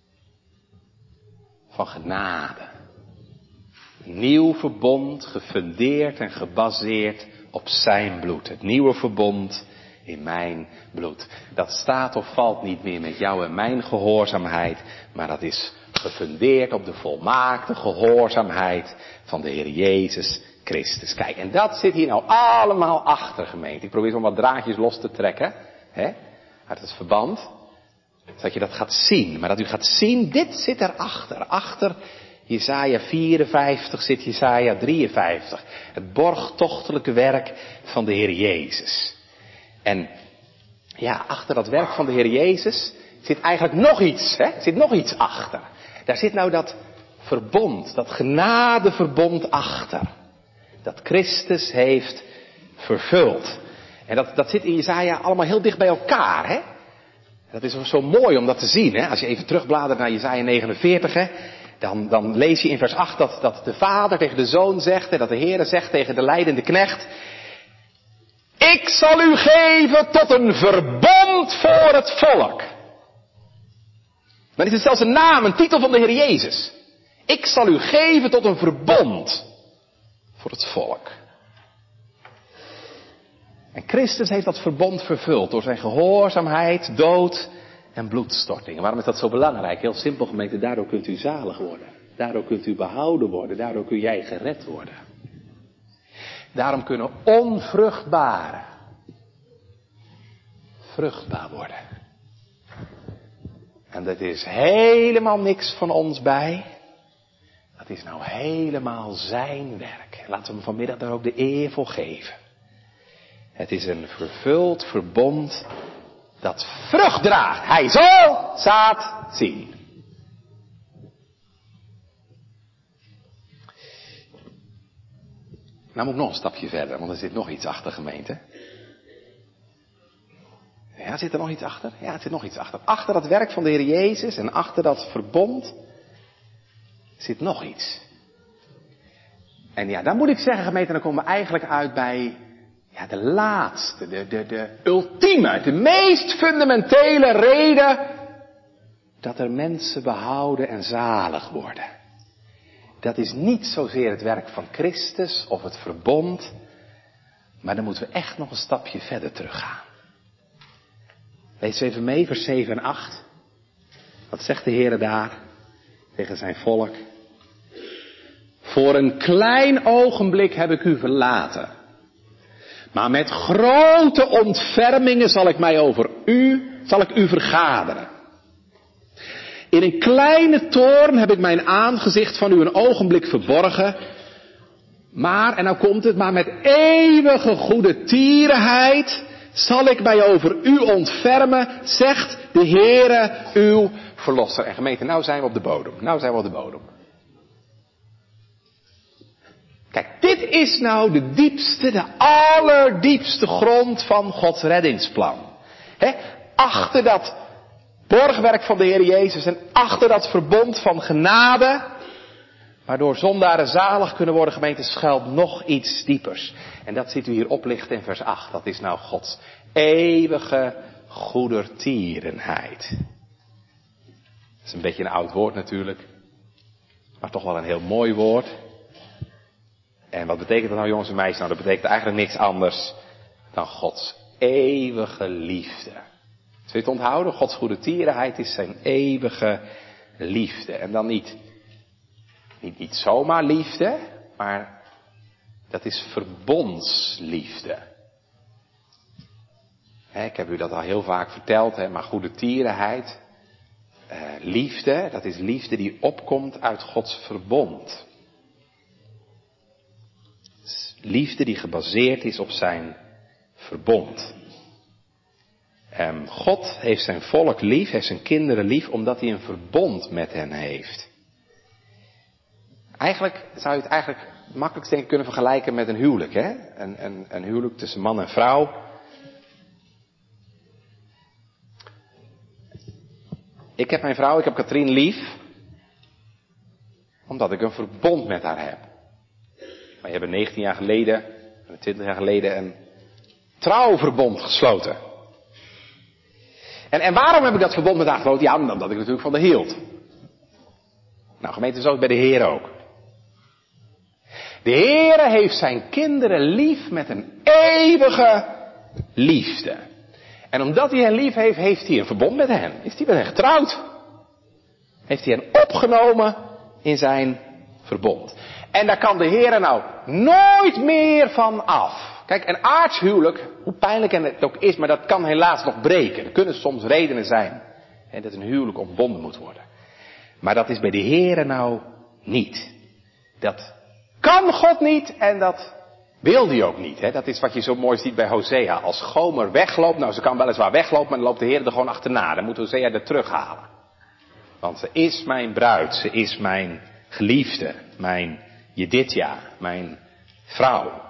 van genade. Een nieuw verbond gefundeerd en gebaseerd op zijn bloed. Het nieuwe verbond in mijn bloed. Dat staat of valt niet meer met jou en mijn gehoorzaamheid, maar dat is gefundeerd op de volmaakte gehoorzaamheid van de Heer Jezus Christus. Kijk, en dat zit hier nou allemaal achter, gemeente. Ik probeer zo wat draadjes los te trekken, hè, uit het verband, zodat je dat gaat zien. Maar dat u gaat zien, dit zit erachter. Achter Jesaja vierenvijftig zit Jesaja drieënvijftig. Het borgtochtelijke werk van de Heer Jezus. En ja, achter dat werk van de Heer Jezus zit eigenlijk nog iets, hè? Er zit nog iets achter. Daar zit nou dat verbond, dat genadeverbond achter. Dat Christus heeft vervuld. En dat, dat zit in Jesaja allemaal heel dicht bij elkaar, hè? Dat is zo mooi om dat te zien, hè? Als je even terugbladert naar Jesaja negenenveertig, hè? Dan, dan lees je in vers acht dat, dat de vader tegen de zoon zegt, en dat de Heere zegt tegen de lijdende knecht, ik zal u geven tot een verbond voor het volk. Dan is het zelfs een naam, een titel van de Heer Jezus. Ik zal u geven tot een verbond voor het volk. En Christus heeft dat verbond vervuld door zijn gehoorzaamheid, dood en bloedstorting. En waarom is dat zo belangrijk? Heel simpel, gemeente, daardoor kunt u zalig worden. Daardoor kunt u behouden worden. Daardoor kun jij gered worden. Daarom kunnen onvruchtbaren vruchtbaar worden. En dat is helemaal niks van ons bij. Dat is nou helemaal zijn werk. Laten we hem vanmiddag daar ook de eer voor geven. Het is een vervuld verbond dat vrucht draagt. Hij zal zaad zien. Nou moet ik nog een stapje verder, want er zit nog iets achter, gemeente. Ja, zit er nog iets achter? Ja, er zit nog iets achter. Achter dat werk van de Heer Jezus en achter dat verbond zit nog iets. En ja, dan moet ik zeggen, gemeente, dan komen we eigenlijk uit bij ja, de laatste, de, de, de ultieme, de meest fundamentele reden dat er mensen behouden en zalig worden. Dat is niet zozeer het werk van Christus of het verbond, maar dan moeten we echt nog een stapje verder teruggaan. Lees even mee, vers zeven en acht. Wat zegt de Heer daar tegen zijn volk? Voor een klein ogenblik heb ik u verlaten. Maar met grote ontfermingen zal ik mij over u, zal ik u vergaderen. In een kleine toorn heb ik mijn aangezicht van u een ogenblik verborgen. Maar, en nou komt het, maar met eeuwige goede tierenheid zal ik mij over u ontfermen, zegt de Heere uw verlosser. En gemeente, nou zijn we op de bodem. Nou zijn we op de bodem. Kijk, dit is nou de diepste, de allerdiepste grond van Gods reddingsplan. He? Achter dat borgwerk van de Heer Jezus en achter dat verbond van genade, waardoor zondaren zalig kunnen worden, gemeente, schuilt nog iets diepers. En dat ziet u hier oplichten in vers acht. Dat is nou Gods eeuwige goedertierenheid. Dat is een beetje een oud woord natuurlijk, maar toch wel een heel mooi woord. En wat betekent dat nou, jongens en meisjes? Nou, dat betekent eigenlijk niks anders dan Gods eeuwige liefde. Zul je het onthouden? Gods goedertierenheid is zijn eeuwige liefde. En dan niet, niet, niet zomaar liefde, maar dat is verbondsliefde. He, ik heb u dat al heel vaak verteld, he, maar goedertierenheid, eh, liefde, dat is liefde die opkomt uit Gods verbond. Liefde die gebaseerd is op zijn verbond. Um, God heeft zijn volk lief, heeft zijn kinderen lief, omdat hij een verbond met hen heeft. Eigenlijk zou je het eigenlijk makkelijk denk ik kunnen vergelijken met een huwelijk, hè? Een, een, een huwelijk tussen man en vrouw. Ik heb mijn vrouw, ik heb Katrien lief, omdat ik een verbond met haar heb. Wij hebben negentien jaar geleden, twintig jaar geleden een trouwverbond gesloten. En, en waarom heb ik dat verbond met haar gesloten? Ja, omdat ik natuurlijk van haar hield. Nou, gemeente, zo is het bij de Heer ook. De Heer heeft zijn kinderen lief met een eeuwige liefde. En omdat hij hen lief heeft, heeft hij een verbond met hen. Is hij met hen getrouwd? Heeft hij hen opgenomen in zijn verbond. En daar kan de Heer nou nooit meer van af. Kijk, een aardshuwelijk, hoe pijnlijk het ook is, maar dat kan helaas nog breken. Er kunnen soms redenen zijn hè, dat een huwelijk ontbonden moet worden. Maar dat is bij de Heer nou niet. Dat kan God niet en dat wil hij ook niet. Hè. Dat is wat je zo mooi ziet bij Hosea. Als Gomer wegloopt, nou ze kan weliswaar weglopen, maar dan loopt de Heer er gewoon achterna. Dan moet Hosea er terughalen. Want ze is mijn bruid, ze is mijn geliefde, mijn Jedidja, mijn vrouw.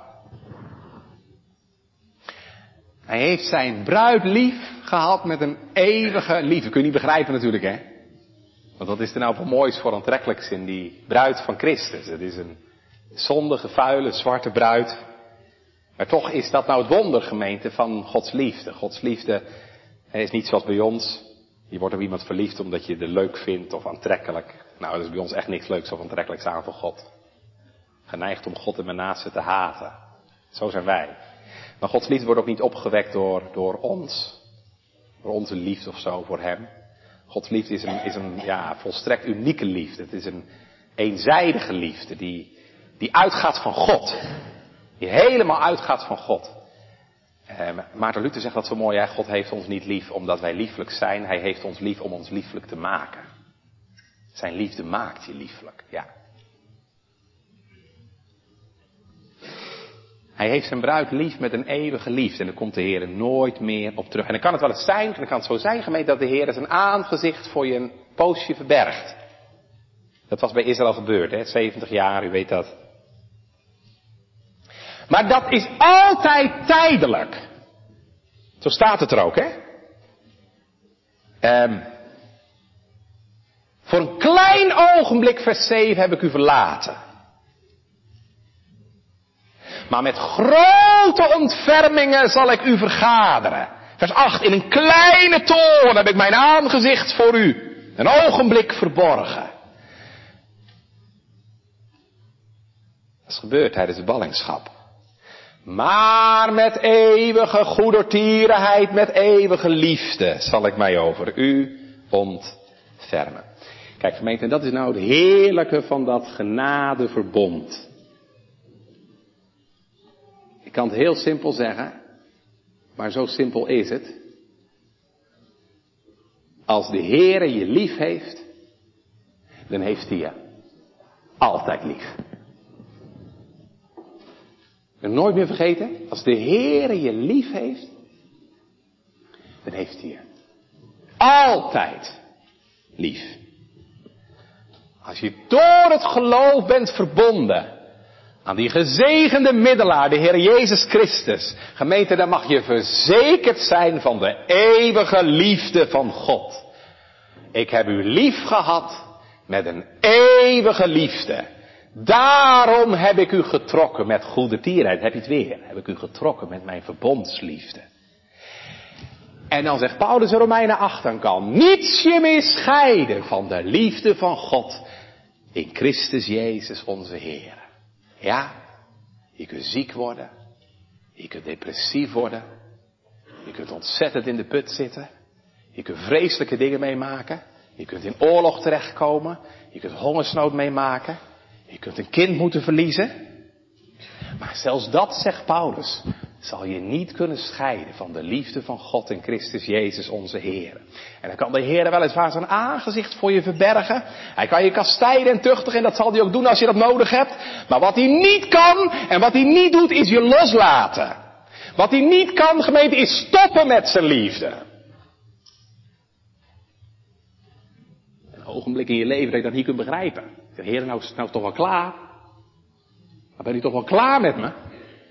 Hij heeft zijn bruid lief gehad met een eeuwige liefde. Kun je niet begrijpen natuurlijk, hè? Want wat is er nou voor moois, voor aantrekkelijks in die bruid van Christus? Het is een zondige, vuile, zwarte bruid. Maar toch is dat nou het wonder, gemeente, van Gods liefde. Gods liefde is niet zoals bij ons. Je wordt op iemand verliefd omdat je er leuk vindt of aantrekkelijk. Nou, er is bij ons echt niks leuks of aantrekkelijks aan voor God. Geneigd om God en mijn naaste te haten. Zo zijn wij. Maar Gods liefde wordt ook niet opgewekt door, door ons. Door onze liefde of zo voor hem. Gods liefde is een, is een ja, volstrekt unieke liefde. Het is een eenzijdige liefde die, die uitgaat van God. Die helemaal uitgaat van God. Eh, Maarten Luther zegt dat zo mooi. Hè? God heeft ons niet lief omdat wij lieflijk zijn. Hij heeft ons lief om ons lieflijk te maken. Zijn liefde maakt je lieflijk. Ja. Hij heeft zijn bruid lief met een eeuwige liefde. En daar komt de Heer nooit meer op terug. En dan kan het wel eens zijn, dan kan het zo zijn, gemeente, dat de Heer zijn aangezicht voor je een poosje verbergt. Dat was bij Israël gebeurd, hè? zeventig jaar, u weet dat. Maar dat is altijd tijdelijk. Zo staat het er ook, hè? Um, voor een klein ogenblik, vers zeven, heb ik u verlaten. Maar met grote ontfermingen zal ik u vergaderen. Vers acht, in een kleine toorn heb ik mijn aangezicht voor u. Een ogenblik verborgen. Dat is gebeurd tijdens de ballingschap. Maar met eeuwige goedertierenheid, met eeuwige liefde zal ik mij over u ontfermen. Kijk gemeente, dat is nou het heerlijke van dat genadeverbond. Ik kan het heel simpel zeggen, maar zo simpel is het. Als de Heere je lief heeft, dan heeft hij je altijd lief. En nooit meer vergeten, als de Heere je lief heeft, dan heeft hij je altijd lief. Als je door het geloof bent verbonden aan die gezegende middelaar, de Heer Jezus Christus. Gemeente, dan mag je verzekerd zijn van de eeuwige liefde van God. Ik heb u lief gehad met een eeuwige liefde. Daarom heb ik u getrokken met goedertierenheid. Heb je het weer? Heb ik u getrokken met mijn verbondsliefde. En dan zegt Paulus in Romeinen acht, dan kan niets je meer scheiden van de liefde van God in Christus Jezus onze Heer. Ja, je kunt ziek worden, je kunt depressief worden, je kunt ontzettend in de put zitten, je kunt vreselijke dingen meemaken, je kunt in oorlog terechtkomen, je kunt hongersnood meemaken, je kunt een kind moeten verliezen. Maar zelfs dat, zegt Paulus, zal je niet kunnen scheiden van de liefde van God en Christus Jezus onze Heer. En dan kan de Heer weliswaar zijn aangezicht voor je verbergen. Hij kan je kastijden en tuchtigen en dat zal hij ook doen als je dat nodig hebt. Maar wat hij niet kan en wat hij niet doet is je loslaten. Wat hij niet kan, gemeente, is stoppen met zijn liefde. Een ogenblik in je leven dat je dat niet kunt begrijpen. De Heer, nou is nou toch wel klaar. Maar ben je toch wel klaar met me?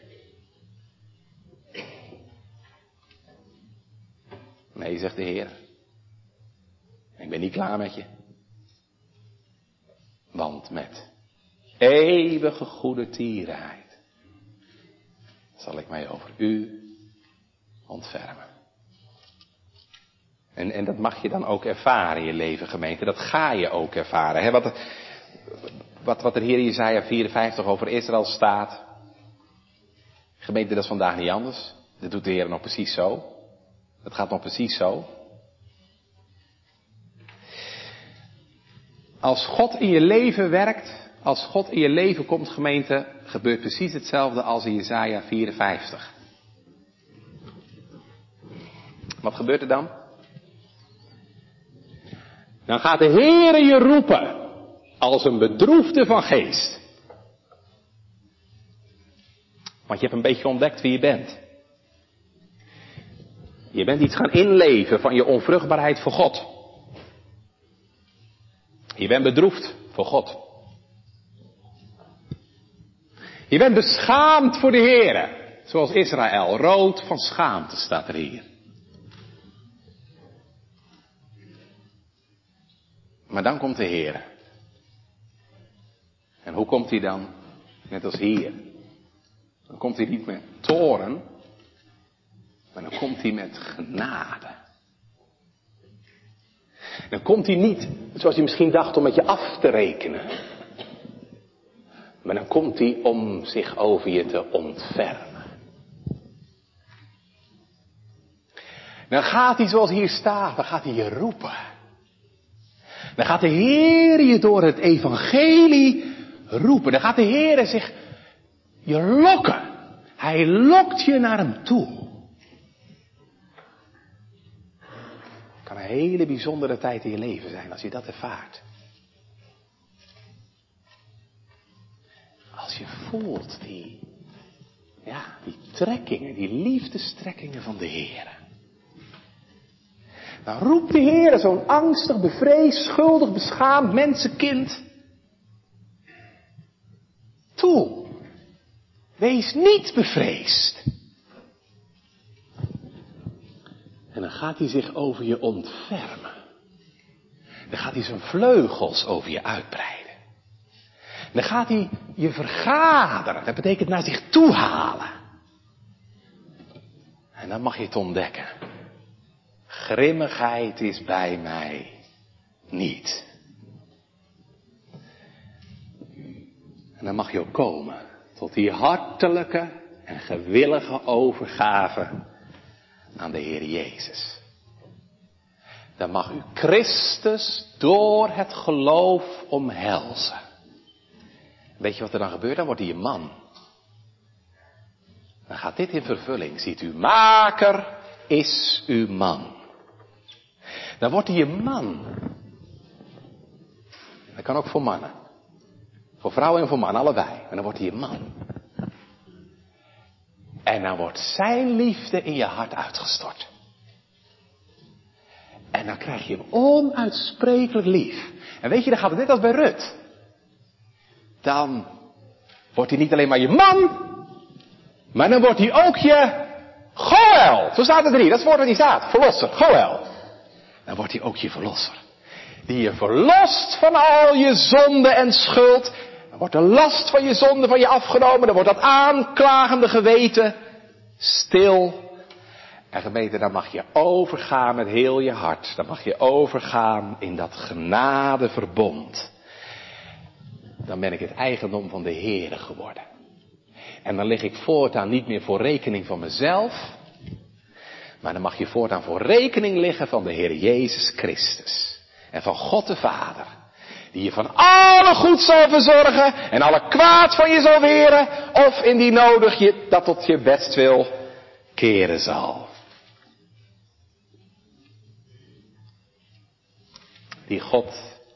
Nee, zegt de Heer. Ik ben niet klaar met je. Want met eeuwige goede tierenheid zal ik mij over u ontfermen. En, en dat mag je dan ook ervaren in je leven, gemeente. Dat ga je ook ervaren. Hè? Wat, wat, wat er hier in Jesaja vierenvijftig over Israël staat. Gemeente, dat is vandaag niet anders. Dat doet de Heer nog precies zo. Dat gaat nog precies zo. Als God in je leven werkt, als God in je leven komt, gemeente, gebeurt precies hetzelfde als in Jesaja vierenvijftig. Wat gebeurt er dan? Dan gaat de Heere je roepen als een bedroefde van geest. Want je hebt een beetje ontdekt wie je bent. Je bent iets gaan inleven van je onvruchtbaarheid voor God. Je bent bedroefd voor God. Je bent beschaamd voor de Heere. Zoals Israël, rood van schaamte staat er hier. Maar dan komt de Heere. En hoe komt hij dan? Net als hier. Dan komt hij niet met toorn, maar dan komt hij met genade. Dan komt hij niet, zoals hij misschien dacht, om met je af te rekenen. Maar dan komt hij om zich over je te ontfermen. Dan gaat hij zoals hier staat, dan gaat hij je roepen. Dan gaat de Heer je door het evangelie roepen. Dan gaat de Heer zich je lokken. Hij lokt je naar hem toe. Het kan een hele bijzondere tijd in je leven zijn als je dat ervaart. Als je voelt die, ja, die trekkingen, die liefdestrekkingen van de Heer. Dan roept de Heer zo'n angstig, bevreesd, schuldig, beschaamd mensenkind toe. Wees niet bevreesd. En dan gaat hij zich over je ontfermen. Dan gaat hij zijn vleugels over je uitbreiden. Dan gaat hij je vergaderen. Dat betekent naar zich toe halen. En dan mag je het ontdekken. Grimmigheid is bij mij niet. En dan mag je ook komen tot die hartelijke en gewillige overgave aan de Heer Jezus. Dan mag u Christus door het geloof omhelzen. Weet je wat er dan gebeurt? Dan wordt hij je man. Dan gaat dit in vervulling. Ziet u, maker is uw man. Dan wordt hij je man. Dat kan ook voor mannen. Voor vrouwen en voor mannen, allebei. En dan wordt hij je man. En dan wordt zijn liefde in je hart uitgestort. En dan krijg je hem onuitsprekelijk lief. En weet je, dan gaat het net als bij Rut. Dan wordt hij niet alleen maar je man, maar dan wordt hij ook je Goël. Zo staat het er niet, dat is het woord wat niet staat. Verlosser, Goël. Dan wordt hij ook je verlosser. Die je verlost van al je zonde en schuld. Dan wordt de last van je zonde van je afgenomen. Dan wordt dat aanklagende geweten stil. En gemeente, dan mag je overgaan met heel je hart. Dan mag je overgaan in dat genadeverbond. Dan ben ik het eigendom van de Heere geworden. En dan lig ik voortaan niet meer voor rekening van mezelf. Maar dan mag je voortaan voor rekening liggen van de Heer Jezus Christus. En van God de Vader. Die je van alle goed zal verzorgen. En alle kwaad van je zal weren. Of indien nodig je dat tot je best wil keren zal. Die God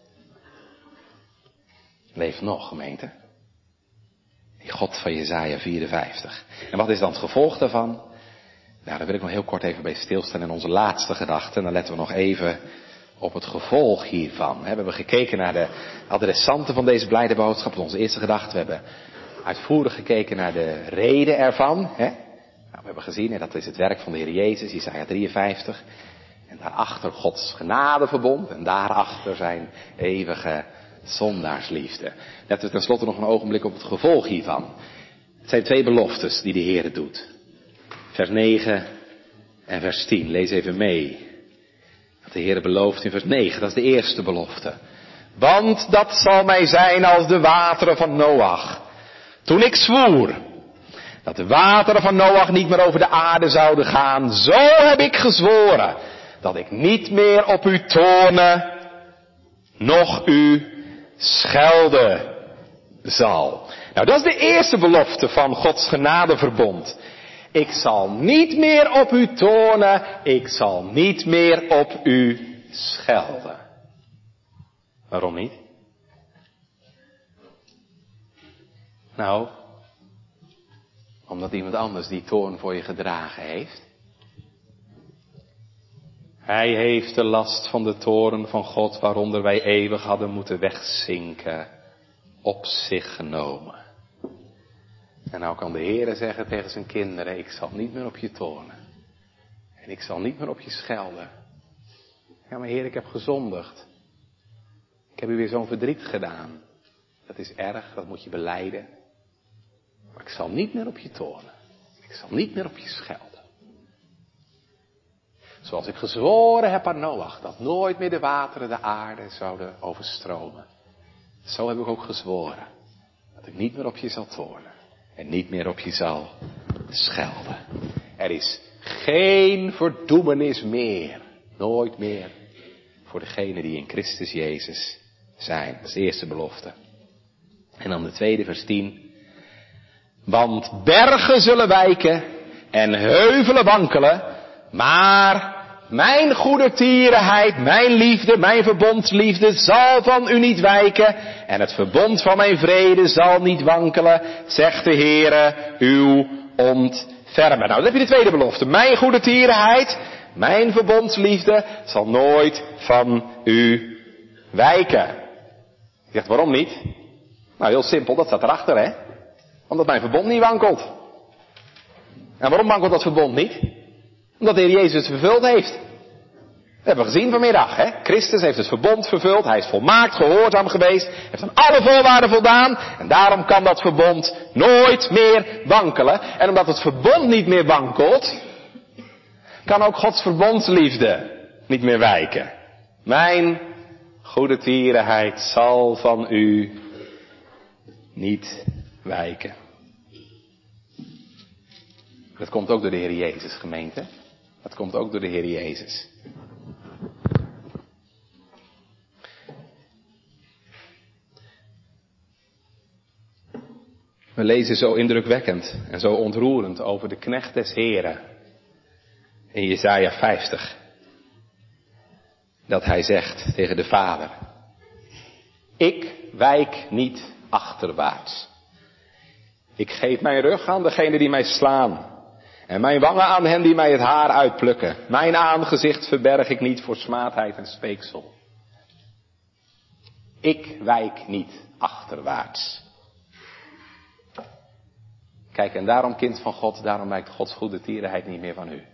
leeft nog, gemeente. Die God van Jesaja vierenvijftig. En wat is dan het gevolg daarvan? Nou, daar wil ik nog heel kort even bij stilstaan in onze laatste gedachte. En dan letten we nog even op het gevolg hiervan. We hebben gekeken naar de adressanten van deze blijde boodschap. Dat is onze eerste gedachte. We hebben uitvoerig gekeken naar de reden ervan. Hè? Nou, we hebben gezien, hè, dat is het werk van de Heer Jezus, Jesaja drieënvijftig. En daarachter Gods genadeverbond. En daarachter zijn eeuwige zondaarsliefde. Letten we tenslotte nog een ogenblik op het gevolg hiervan. Het zijn twee beloftes die de Heer doet. Vers negen en vers tien. Lees even mee. Wat de Heer belooft in vers negen. Dat is de eerste belofte. Want dat zal mij zijn als de wateren van Noach. Toen ik zwoer dat de wateren van Noach niet meer over de aarde zouden gaan. Zo heb ik gezworen dat ik niet meer op u toornen, noch u schelden zal. Nou, dat is de eerste belofte van Gods genadeverbond. Ik zal niet meer op u toornen, ik zal niet meer op u schelden. Waarom niet? Nou, omdat iemand anders die toorn voor je gedragen heeft. Hij heeft de last van de toorn van God, waaronder wij eeuwig hadden moeten wegzinken, op zich genomen. En nou kan de Heere zeggen tegen zijn kinderen, ik zal niet meer op je toornen. En ik zal niet meer op je schelden. Ja, maar Heer, ik heb gezondigd. Ik heb u weer zo'n verdriet gedaan. Dat is erg, dat moet je belijden. Maar ik zal niet meer op je toornen. Ik zal niet meer op je schelden. Zoals ik gezworen heb aan Noach, dat nooit meer de wateren de aarde zouden overstromen. Zo heb ik ook gezworen, dat ik niet meer op je zal toornen. En niet meer op je zal schelden. Er is geen verdoemenis meer. Nooit meer. Voor degenen die in Christus Jezus zijn. Dat is de eerste belofte. En dan de tweede, vers tien. Want bergen zullen wijken en heuvelen wankelen. Maar mijn goedertierenheid, mijn liefde, mijn verbondsliefde zal van u niet wijken. En het verbond van mijn vrede zal niet wankelen, zegt de Heere, uw ontfermer. Nou, dan heb je de tweede belofte. Mijn goedertierenheid, mijn verbondsliefde zal nooit van u wijken. Je zegt, waarom niet? Nou, heel simpel, dat staat erachter, hè. Omdat mijn verbond niet wankelt. En waarom wankelt dat verbond niet? Omdat de Heer Jezus het vervuld heeft. Dat hebben we gezien vanmiddag. Hè? Christus heeft het verbond vervuld. Hij is volmaakt gehoorzaam geweest. Heeft aan alle voorwaarden voldaan. En daarom kan dat verbond nooit meer wankelen. En omdat het verbond niet meer wankelt, kan ook Gods verbondsliefde niet meer wijken. Mijn goedertierenheid zal van u niet wijken. Dat komt ook door de Heer Jezus, gemeente. Dat komt ook door de Heer Jezus. We lezen zo indrukwekkend en zo ontroerend over de knecht des Heren in Jesaja vijftig. Dat hij zegt tegen de Vader: ik wijk niet achterwaarts. Ik geef mijn rug aan degenen die mij slaan. En mijn wangen aan hen die mij het haar uitplukken. Mijn aangezicht verberg ik niet voor smaadheid en speeksel. Ik wijk niet achterwaarts. Kijk, en daarom, kind van God, daarom wijkt Gods goedertierenheid niet meer van u.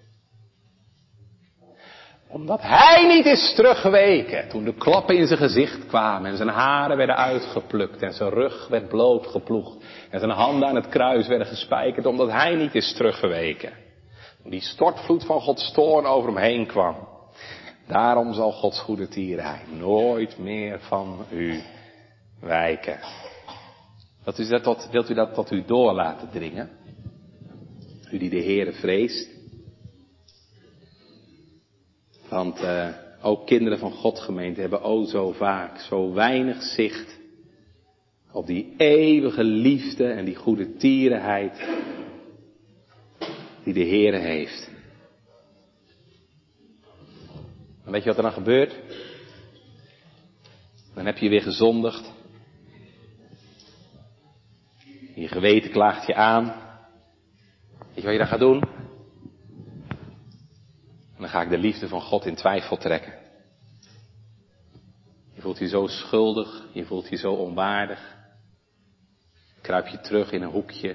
Omdat hij niet is teruggeweken toen de klappen in zijn gezicht kwamen en zijn haren werden uitgeplukt en zijn rug werd blootgeploegd en zijn handen aan het kruis werden gespijkerd, omdat hij niet is teruggeweken. Toen die stortvloed van Gods toorn over hem heen kwam. Daarom zal Gods goedertierenheid nooit meer van u wijken. Wilt u dat tot, wilt u dat tot u door laten dringen? U die de Heere vreest. Want uh, ook kinderen van God, gemeente, hebben o zo vaak zo weinig zicht op die eeuwige liefde en die goedertierenheid die de Heere heeft. En weet je wat er dan gebeurt? Dan heb je weer gezondigd. Je geweten klaagt je aan. Weet je wat je dan gaat doen? En dan ga ik de liefde van God in twijfel trekken. Je voelt je zo schuldig, je voelt je zo onwaardig. Kruip je terug in een hoekje.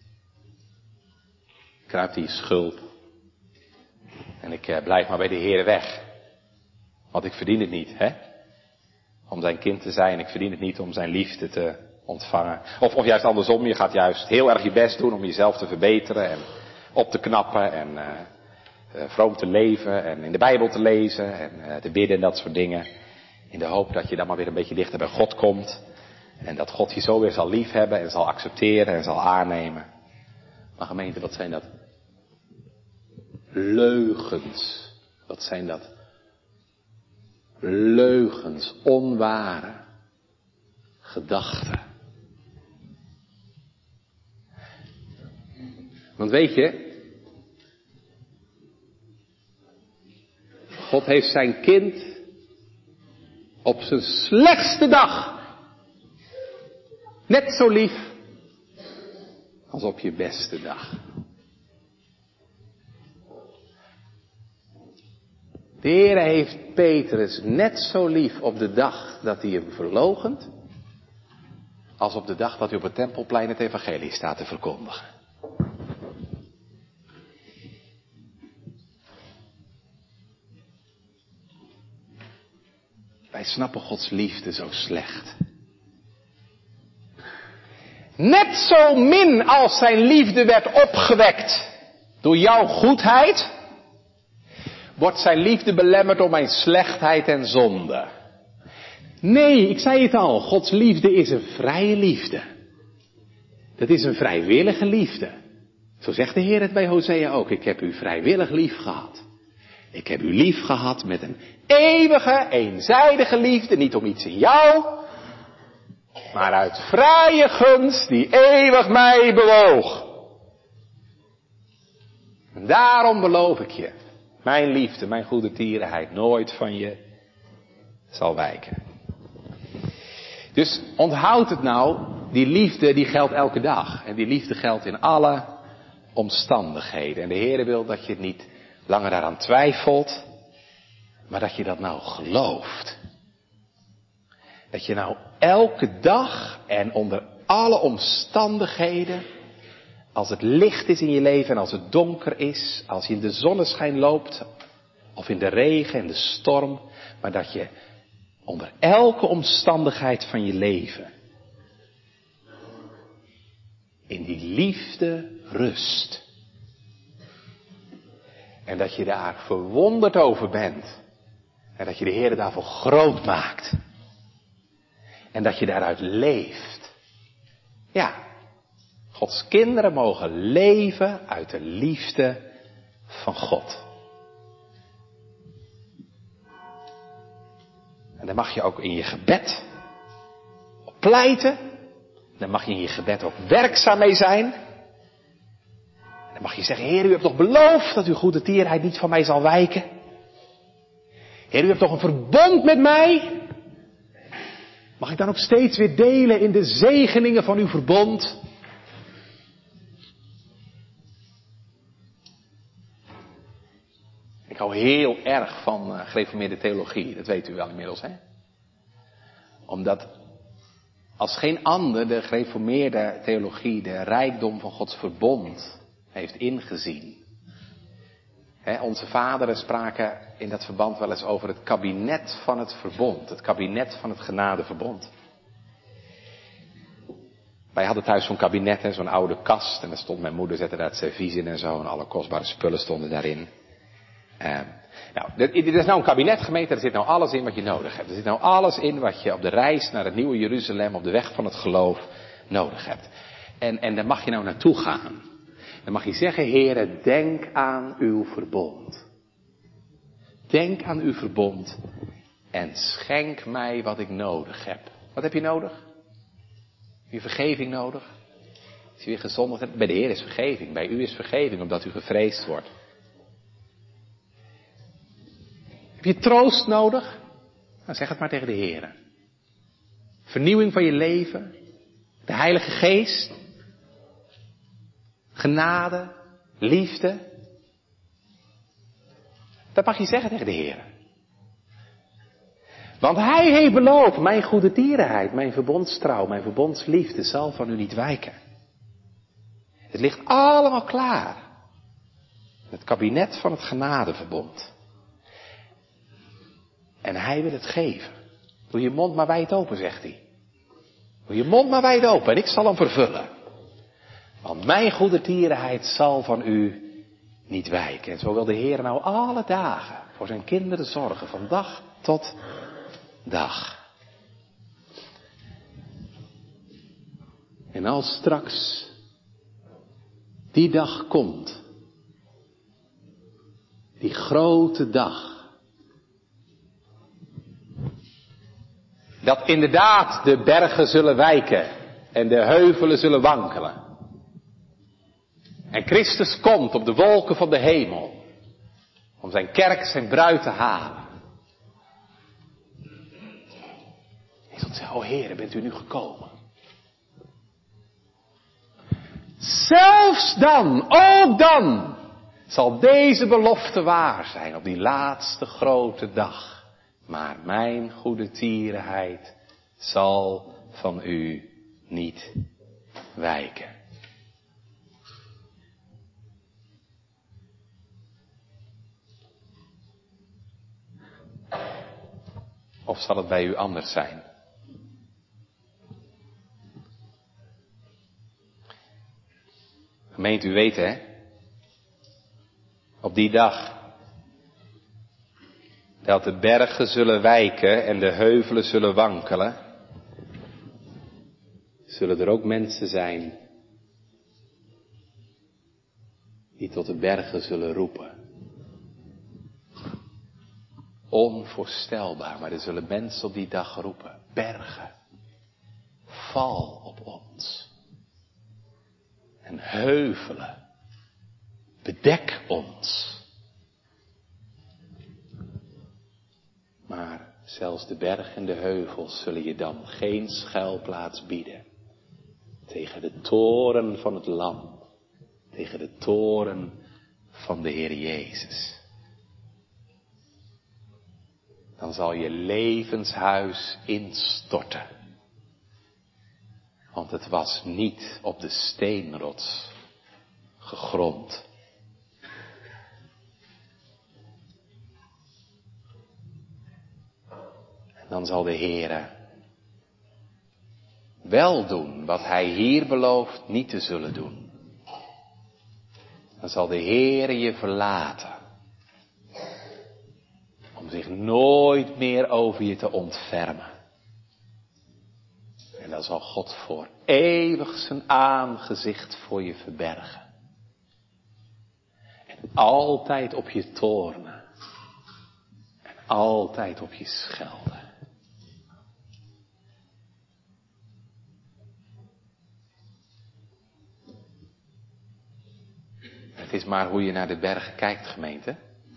Kruip in je schuld. En ik eh, blijf maar bij de Heere weg. Want ik verdien het niet, hè? Om zijn kind te zijn. Ik verdien het niet om zijn liefde te ontvangen. Of, of juist andersom, je gaat juist heel erg je best doen om jezelf te verbeteren en op te knappen en uh, uh, vroom te leven en in de Bijbel te lezen en uh, te bidden en dat soort dingen. In de hoop dat je dan maar weer een beetje dichter bij God komt. En dat God je zo weer zal liefhebben en zal accepteren en zal aannemen. Maar gemeente, wat zijn dat? Leugens. Wat zijn dat? Leugens, onware gedachten. Want weet je, God heeft zijn kind op zijn slechtste dag net zo lief als op je beste dag. De Heere heeft Petrus net zo lief op de dag dat hij hem verloochent, als op de dag dat hij op het Tempelplein het evangelie staat te verkondigen. Wij snappen Gods liefde zo slecht. Net zo min als zijn liefde werd opgewekt door jouw goedheid, wordt zijn liefde belemmerd door mijn slechtheid en zonde. Nee, ik zei het al, Gods liefde is een vrije liefde. Dat is een vrijwillige liefde. Zo zegt de Heer het bij Hosea ook. Ik heb u vrijwillig lief gehad. Ik heb u lief gehad met een eeuwige, eenzijdige liefde. Niet om iets in jou, maar uit vrije gunst die eeuwig mij bewoog. En daarom beloof ik je, mijn liefde, mijn goede tierenheid, nooit van je zal wijken. Dus onthoud het nou, die liefde die geldt elke dag. En die liefde geldt in alle omstandigheden. En de Heer wil dat je het niet langer daaraan twijfelt, maar dat je dat nou gelooft. Dat je nou elke dag en onder alle omstandigheden, als het licht is in je leven en als het donker is, als je in de zonneschijn loopt, of in de regen en de storm, maar dat je onder elke omstandigheid van je leven in die liefde rust. En dat je daar verwonderd over bent. En dat je de Heer daarvoor groot maakt. En dat je daaruit leeft. Ja, Gods kinderen mogen leven uit de liefde van God. En daar mag je ook in je gebed op pleiten. Daar mag je in je gebed ook werkzaam mee zijn. En dan mag je zeggen, Heer, u hebt toch beloofd dat uw goede tierheid niet van mij zal wijken. Heer, u hebt toch een verbond met mij. Mag ik dan ook steeds weer delen in de zegeningen van uw verbond? Ik hou heel erg van uh, gereformeerde theologie, dat weet u wel inmiddels, hè? Omdat als geen ander de gereformeerde theologie de rijkdom van Gods verbond heeft ingezien. He, onze vaderen spraken in dat verband wel eens over het kabinet van het verbond. Het kabinet van het genadeverbond. Wij hadden thuis zo'n kabinet, hè, zo'n oude kast. En daar stond mijn moeder, zette daar het servies in en zo. En alle kostbare spullen stonden daarin. Uh, nou, dit is nou een kabinet, gemeente. Er zit nou alles in wat je nodig hebt. Er zit nou alles in wat je op de reis naar het nieuwe Jeruzalem, op de weg van het geloof, nodig hebt. En, en daar mag je nou naartoe gaan. Dan mag je zeggen, Heere, denk aan uw verbond. Denk aan uw verbond en schenk mij wat ik nodig heb. Wat heb je nodig? Heb je vergeving nodig? Als je weer gezondigd hebt, bij de Heer is vergeving. Bij u is vergeving, omdat u gevreesd wordt. Heb je troost nodig? Nou, zeg het maar tegen de Heer. Vernieuwing van je leven. De Heilige Geest. Genade. Liefde. Dat mag je zeggen tegen de Heer. Want Hij heeft beloofd, mijn goede tierenheid, mijn verbondstrouw, mijn verbondsliefde zal van u niet wijken. Het ligt allemaal klaar. Het kabinet van het genadeverbond. En Hij wil het geven. Doe je mond maar wijd open, zegt Hij. Doe je mond maar wijd open en ik zal hem vervullen. Want mijn goede tierenheid zal van u niet wijken. En zo wil de Heer nou alle dagen voor zijn kinderen zorgen, van dag tot dag. En als straks die dag komt, die grote dag, dat inderdaad de bergen zullen wijken en de heuvelen zullen wankelen. En Christus komt op de wolken van de hemel om zijn kerk, zijn bruid te halen. Je zult zeggen, o Heere, bent u nu gekomen? Zelfs dan, ook dan, zal deze belofte waar zijn op die laatste grote dag. Maar mijn goede tierenheid zal van u niet wijken. Of zal het bij u anders zijn? Gemeente, u weet hè, op die dag dat de bergen zullen wijken en de heuvelen zullen wankelen, zullen er ook mensen zijn die tot de bergen zullen roepen. Onvoorstelbaar, maar er zullen mensen op die dag roepen, bergen, val op ons. En heuvelen, bedek ons. Maar zelfs de berg en de heuvels zullen je dan geen schuilplaats bieden. Tegen de toren van het Lam. Tegen de toren van de Heer Jezus. Dan zal je levenshuis instorten. Want het was niet op de steenrots gegrond. En dan zal de Heere wel doen wat Hij hier belooft niet te zullen doen. Dan zal de Heere je verlaten. Om zich nooit meer over je te ontfermen. En dan zal God voor eeuwig zijn aangezicht voor je verbergen. En altijd op je toornen. En altijd op je schelden. Het is maar hoe je naar de bergen kijkt, gemeente.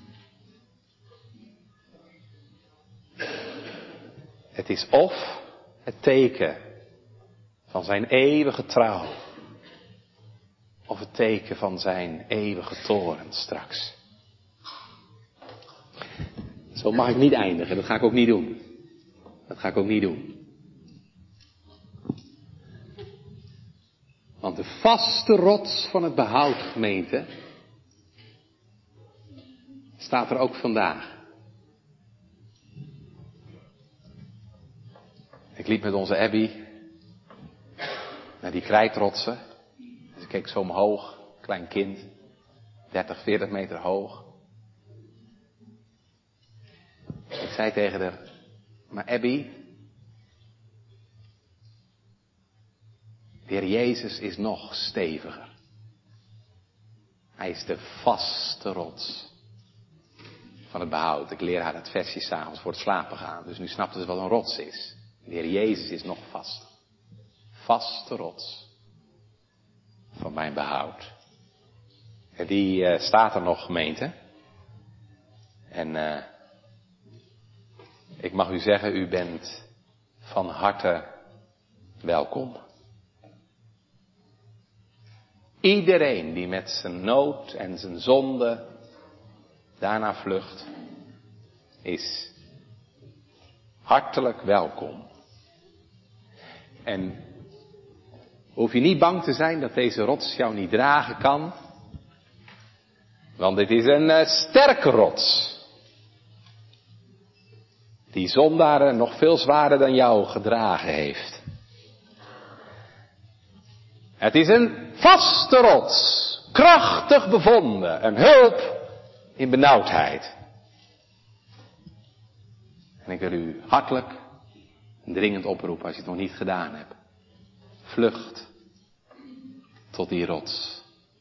Het is of het teken van zijn eeuwige trouw. Of het teken van zijn eeuwige toorn straks. Zo mag ik niet eindigen. Dat ga ik ook niet doen. Dat ga ik ook niet doen. Want de vaste rots van het behoud, gemeente, staat er ook vandaag. Ik liep met onze Abby naar die krijtrotsen. Dus ik keek zo omhoog, klein kind, dertig, veertig meter hoog. Ik zei tegen haar, maar Abby, de Heer Jezus is nog steviger. Hij is de vaste rots van het behoud. Ik leer haar dat versje 's avonds voor het slapen gaan. Dus nu snapte ze wat een rots is. De Heer Jezus is nog vast. Vaste rots. van mijn behoud. En die uh, staat er nog, gemeente. En uh, ik mag u zeggen, u bent van harte welkom. Iedereen die met zijn nood en zijn zonde daarna vlucht, is hartelijk welkom. En hoef je niet bang te zijn dat deze rots jou niet dragen kan. Want dit is een uh, sterke rots. Die zondaren nog veel zwaarder dan jou gedragen heeft. Het is een vaste rots. Krachtig bevonden. Een hulp in benauwdheid. En ik wil u hartelijk en dringend oproepen als je het nog niet gedaan hebt. Vlucht tot die rots.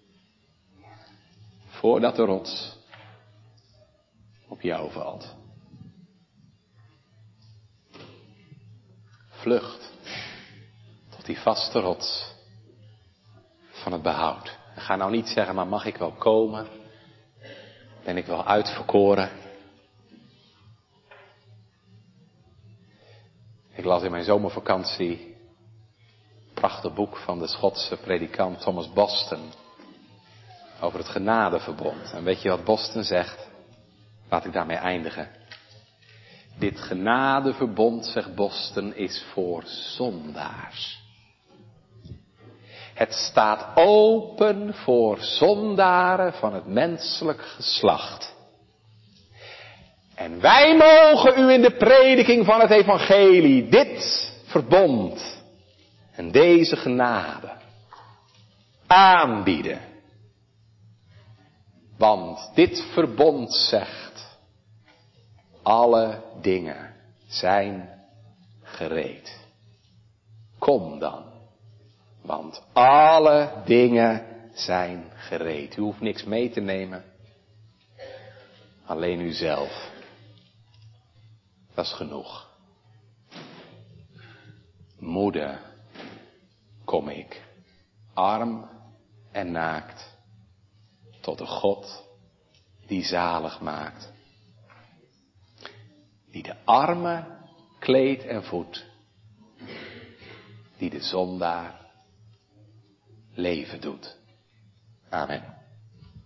Voordat de rots op jou valt. Vlucht tot die vaste rots van het behoud. En ga nou niet zeggen, maar mag ik wel komen? Ben ik wel uitverkoren? Ik las in mijn zomervakantie een prachtig boek van de Schotse predikant Thomas Boston. Over het genadeverbond. En weet je wat Boston zegt? Laat ik daarmee eindigen. Dit genadeverbond, zegt Boston, is voor zondaars. Het staat open voor zondaren van het menselijk geslacht. En wij mogen u in de prediking van het evangelie dit verbond en deze genade aanbieden. Want dit verbond zegt, alle dingen zijn gereed. Kom dan, want alle dingen zijn gereed. U hoeft niks mee te nemen, alleen uzelf. Dat is genoeg. Moeder, kom ik, arm en naakt, tot de God die zalig maakt. Die de arme kleedt en voedt. Die de zondaar leven doet. Amen.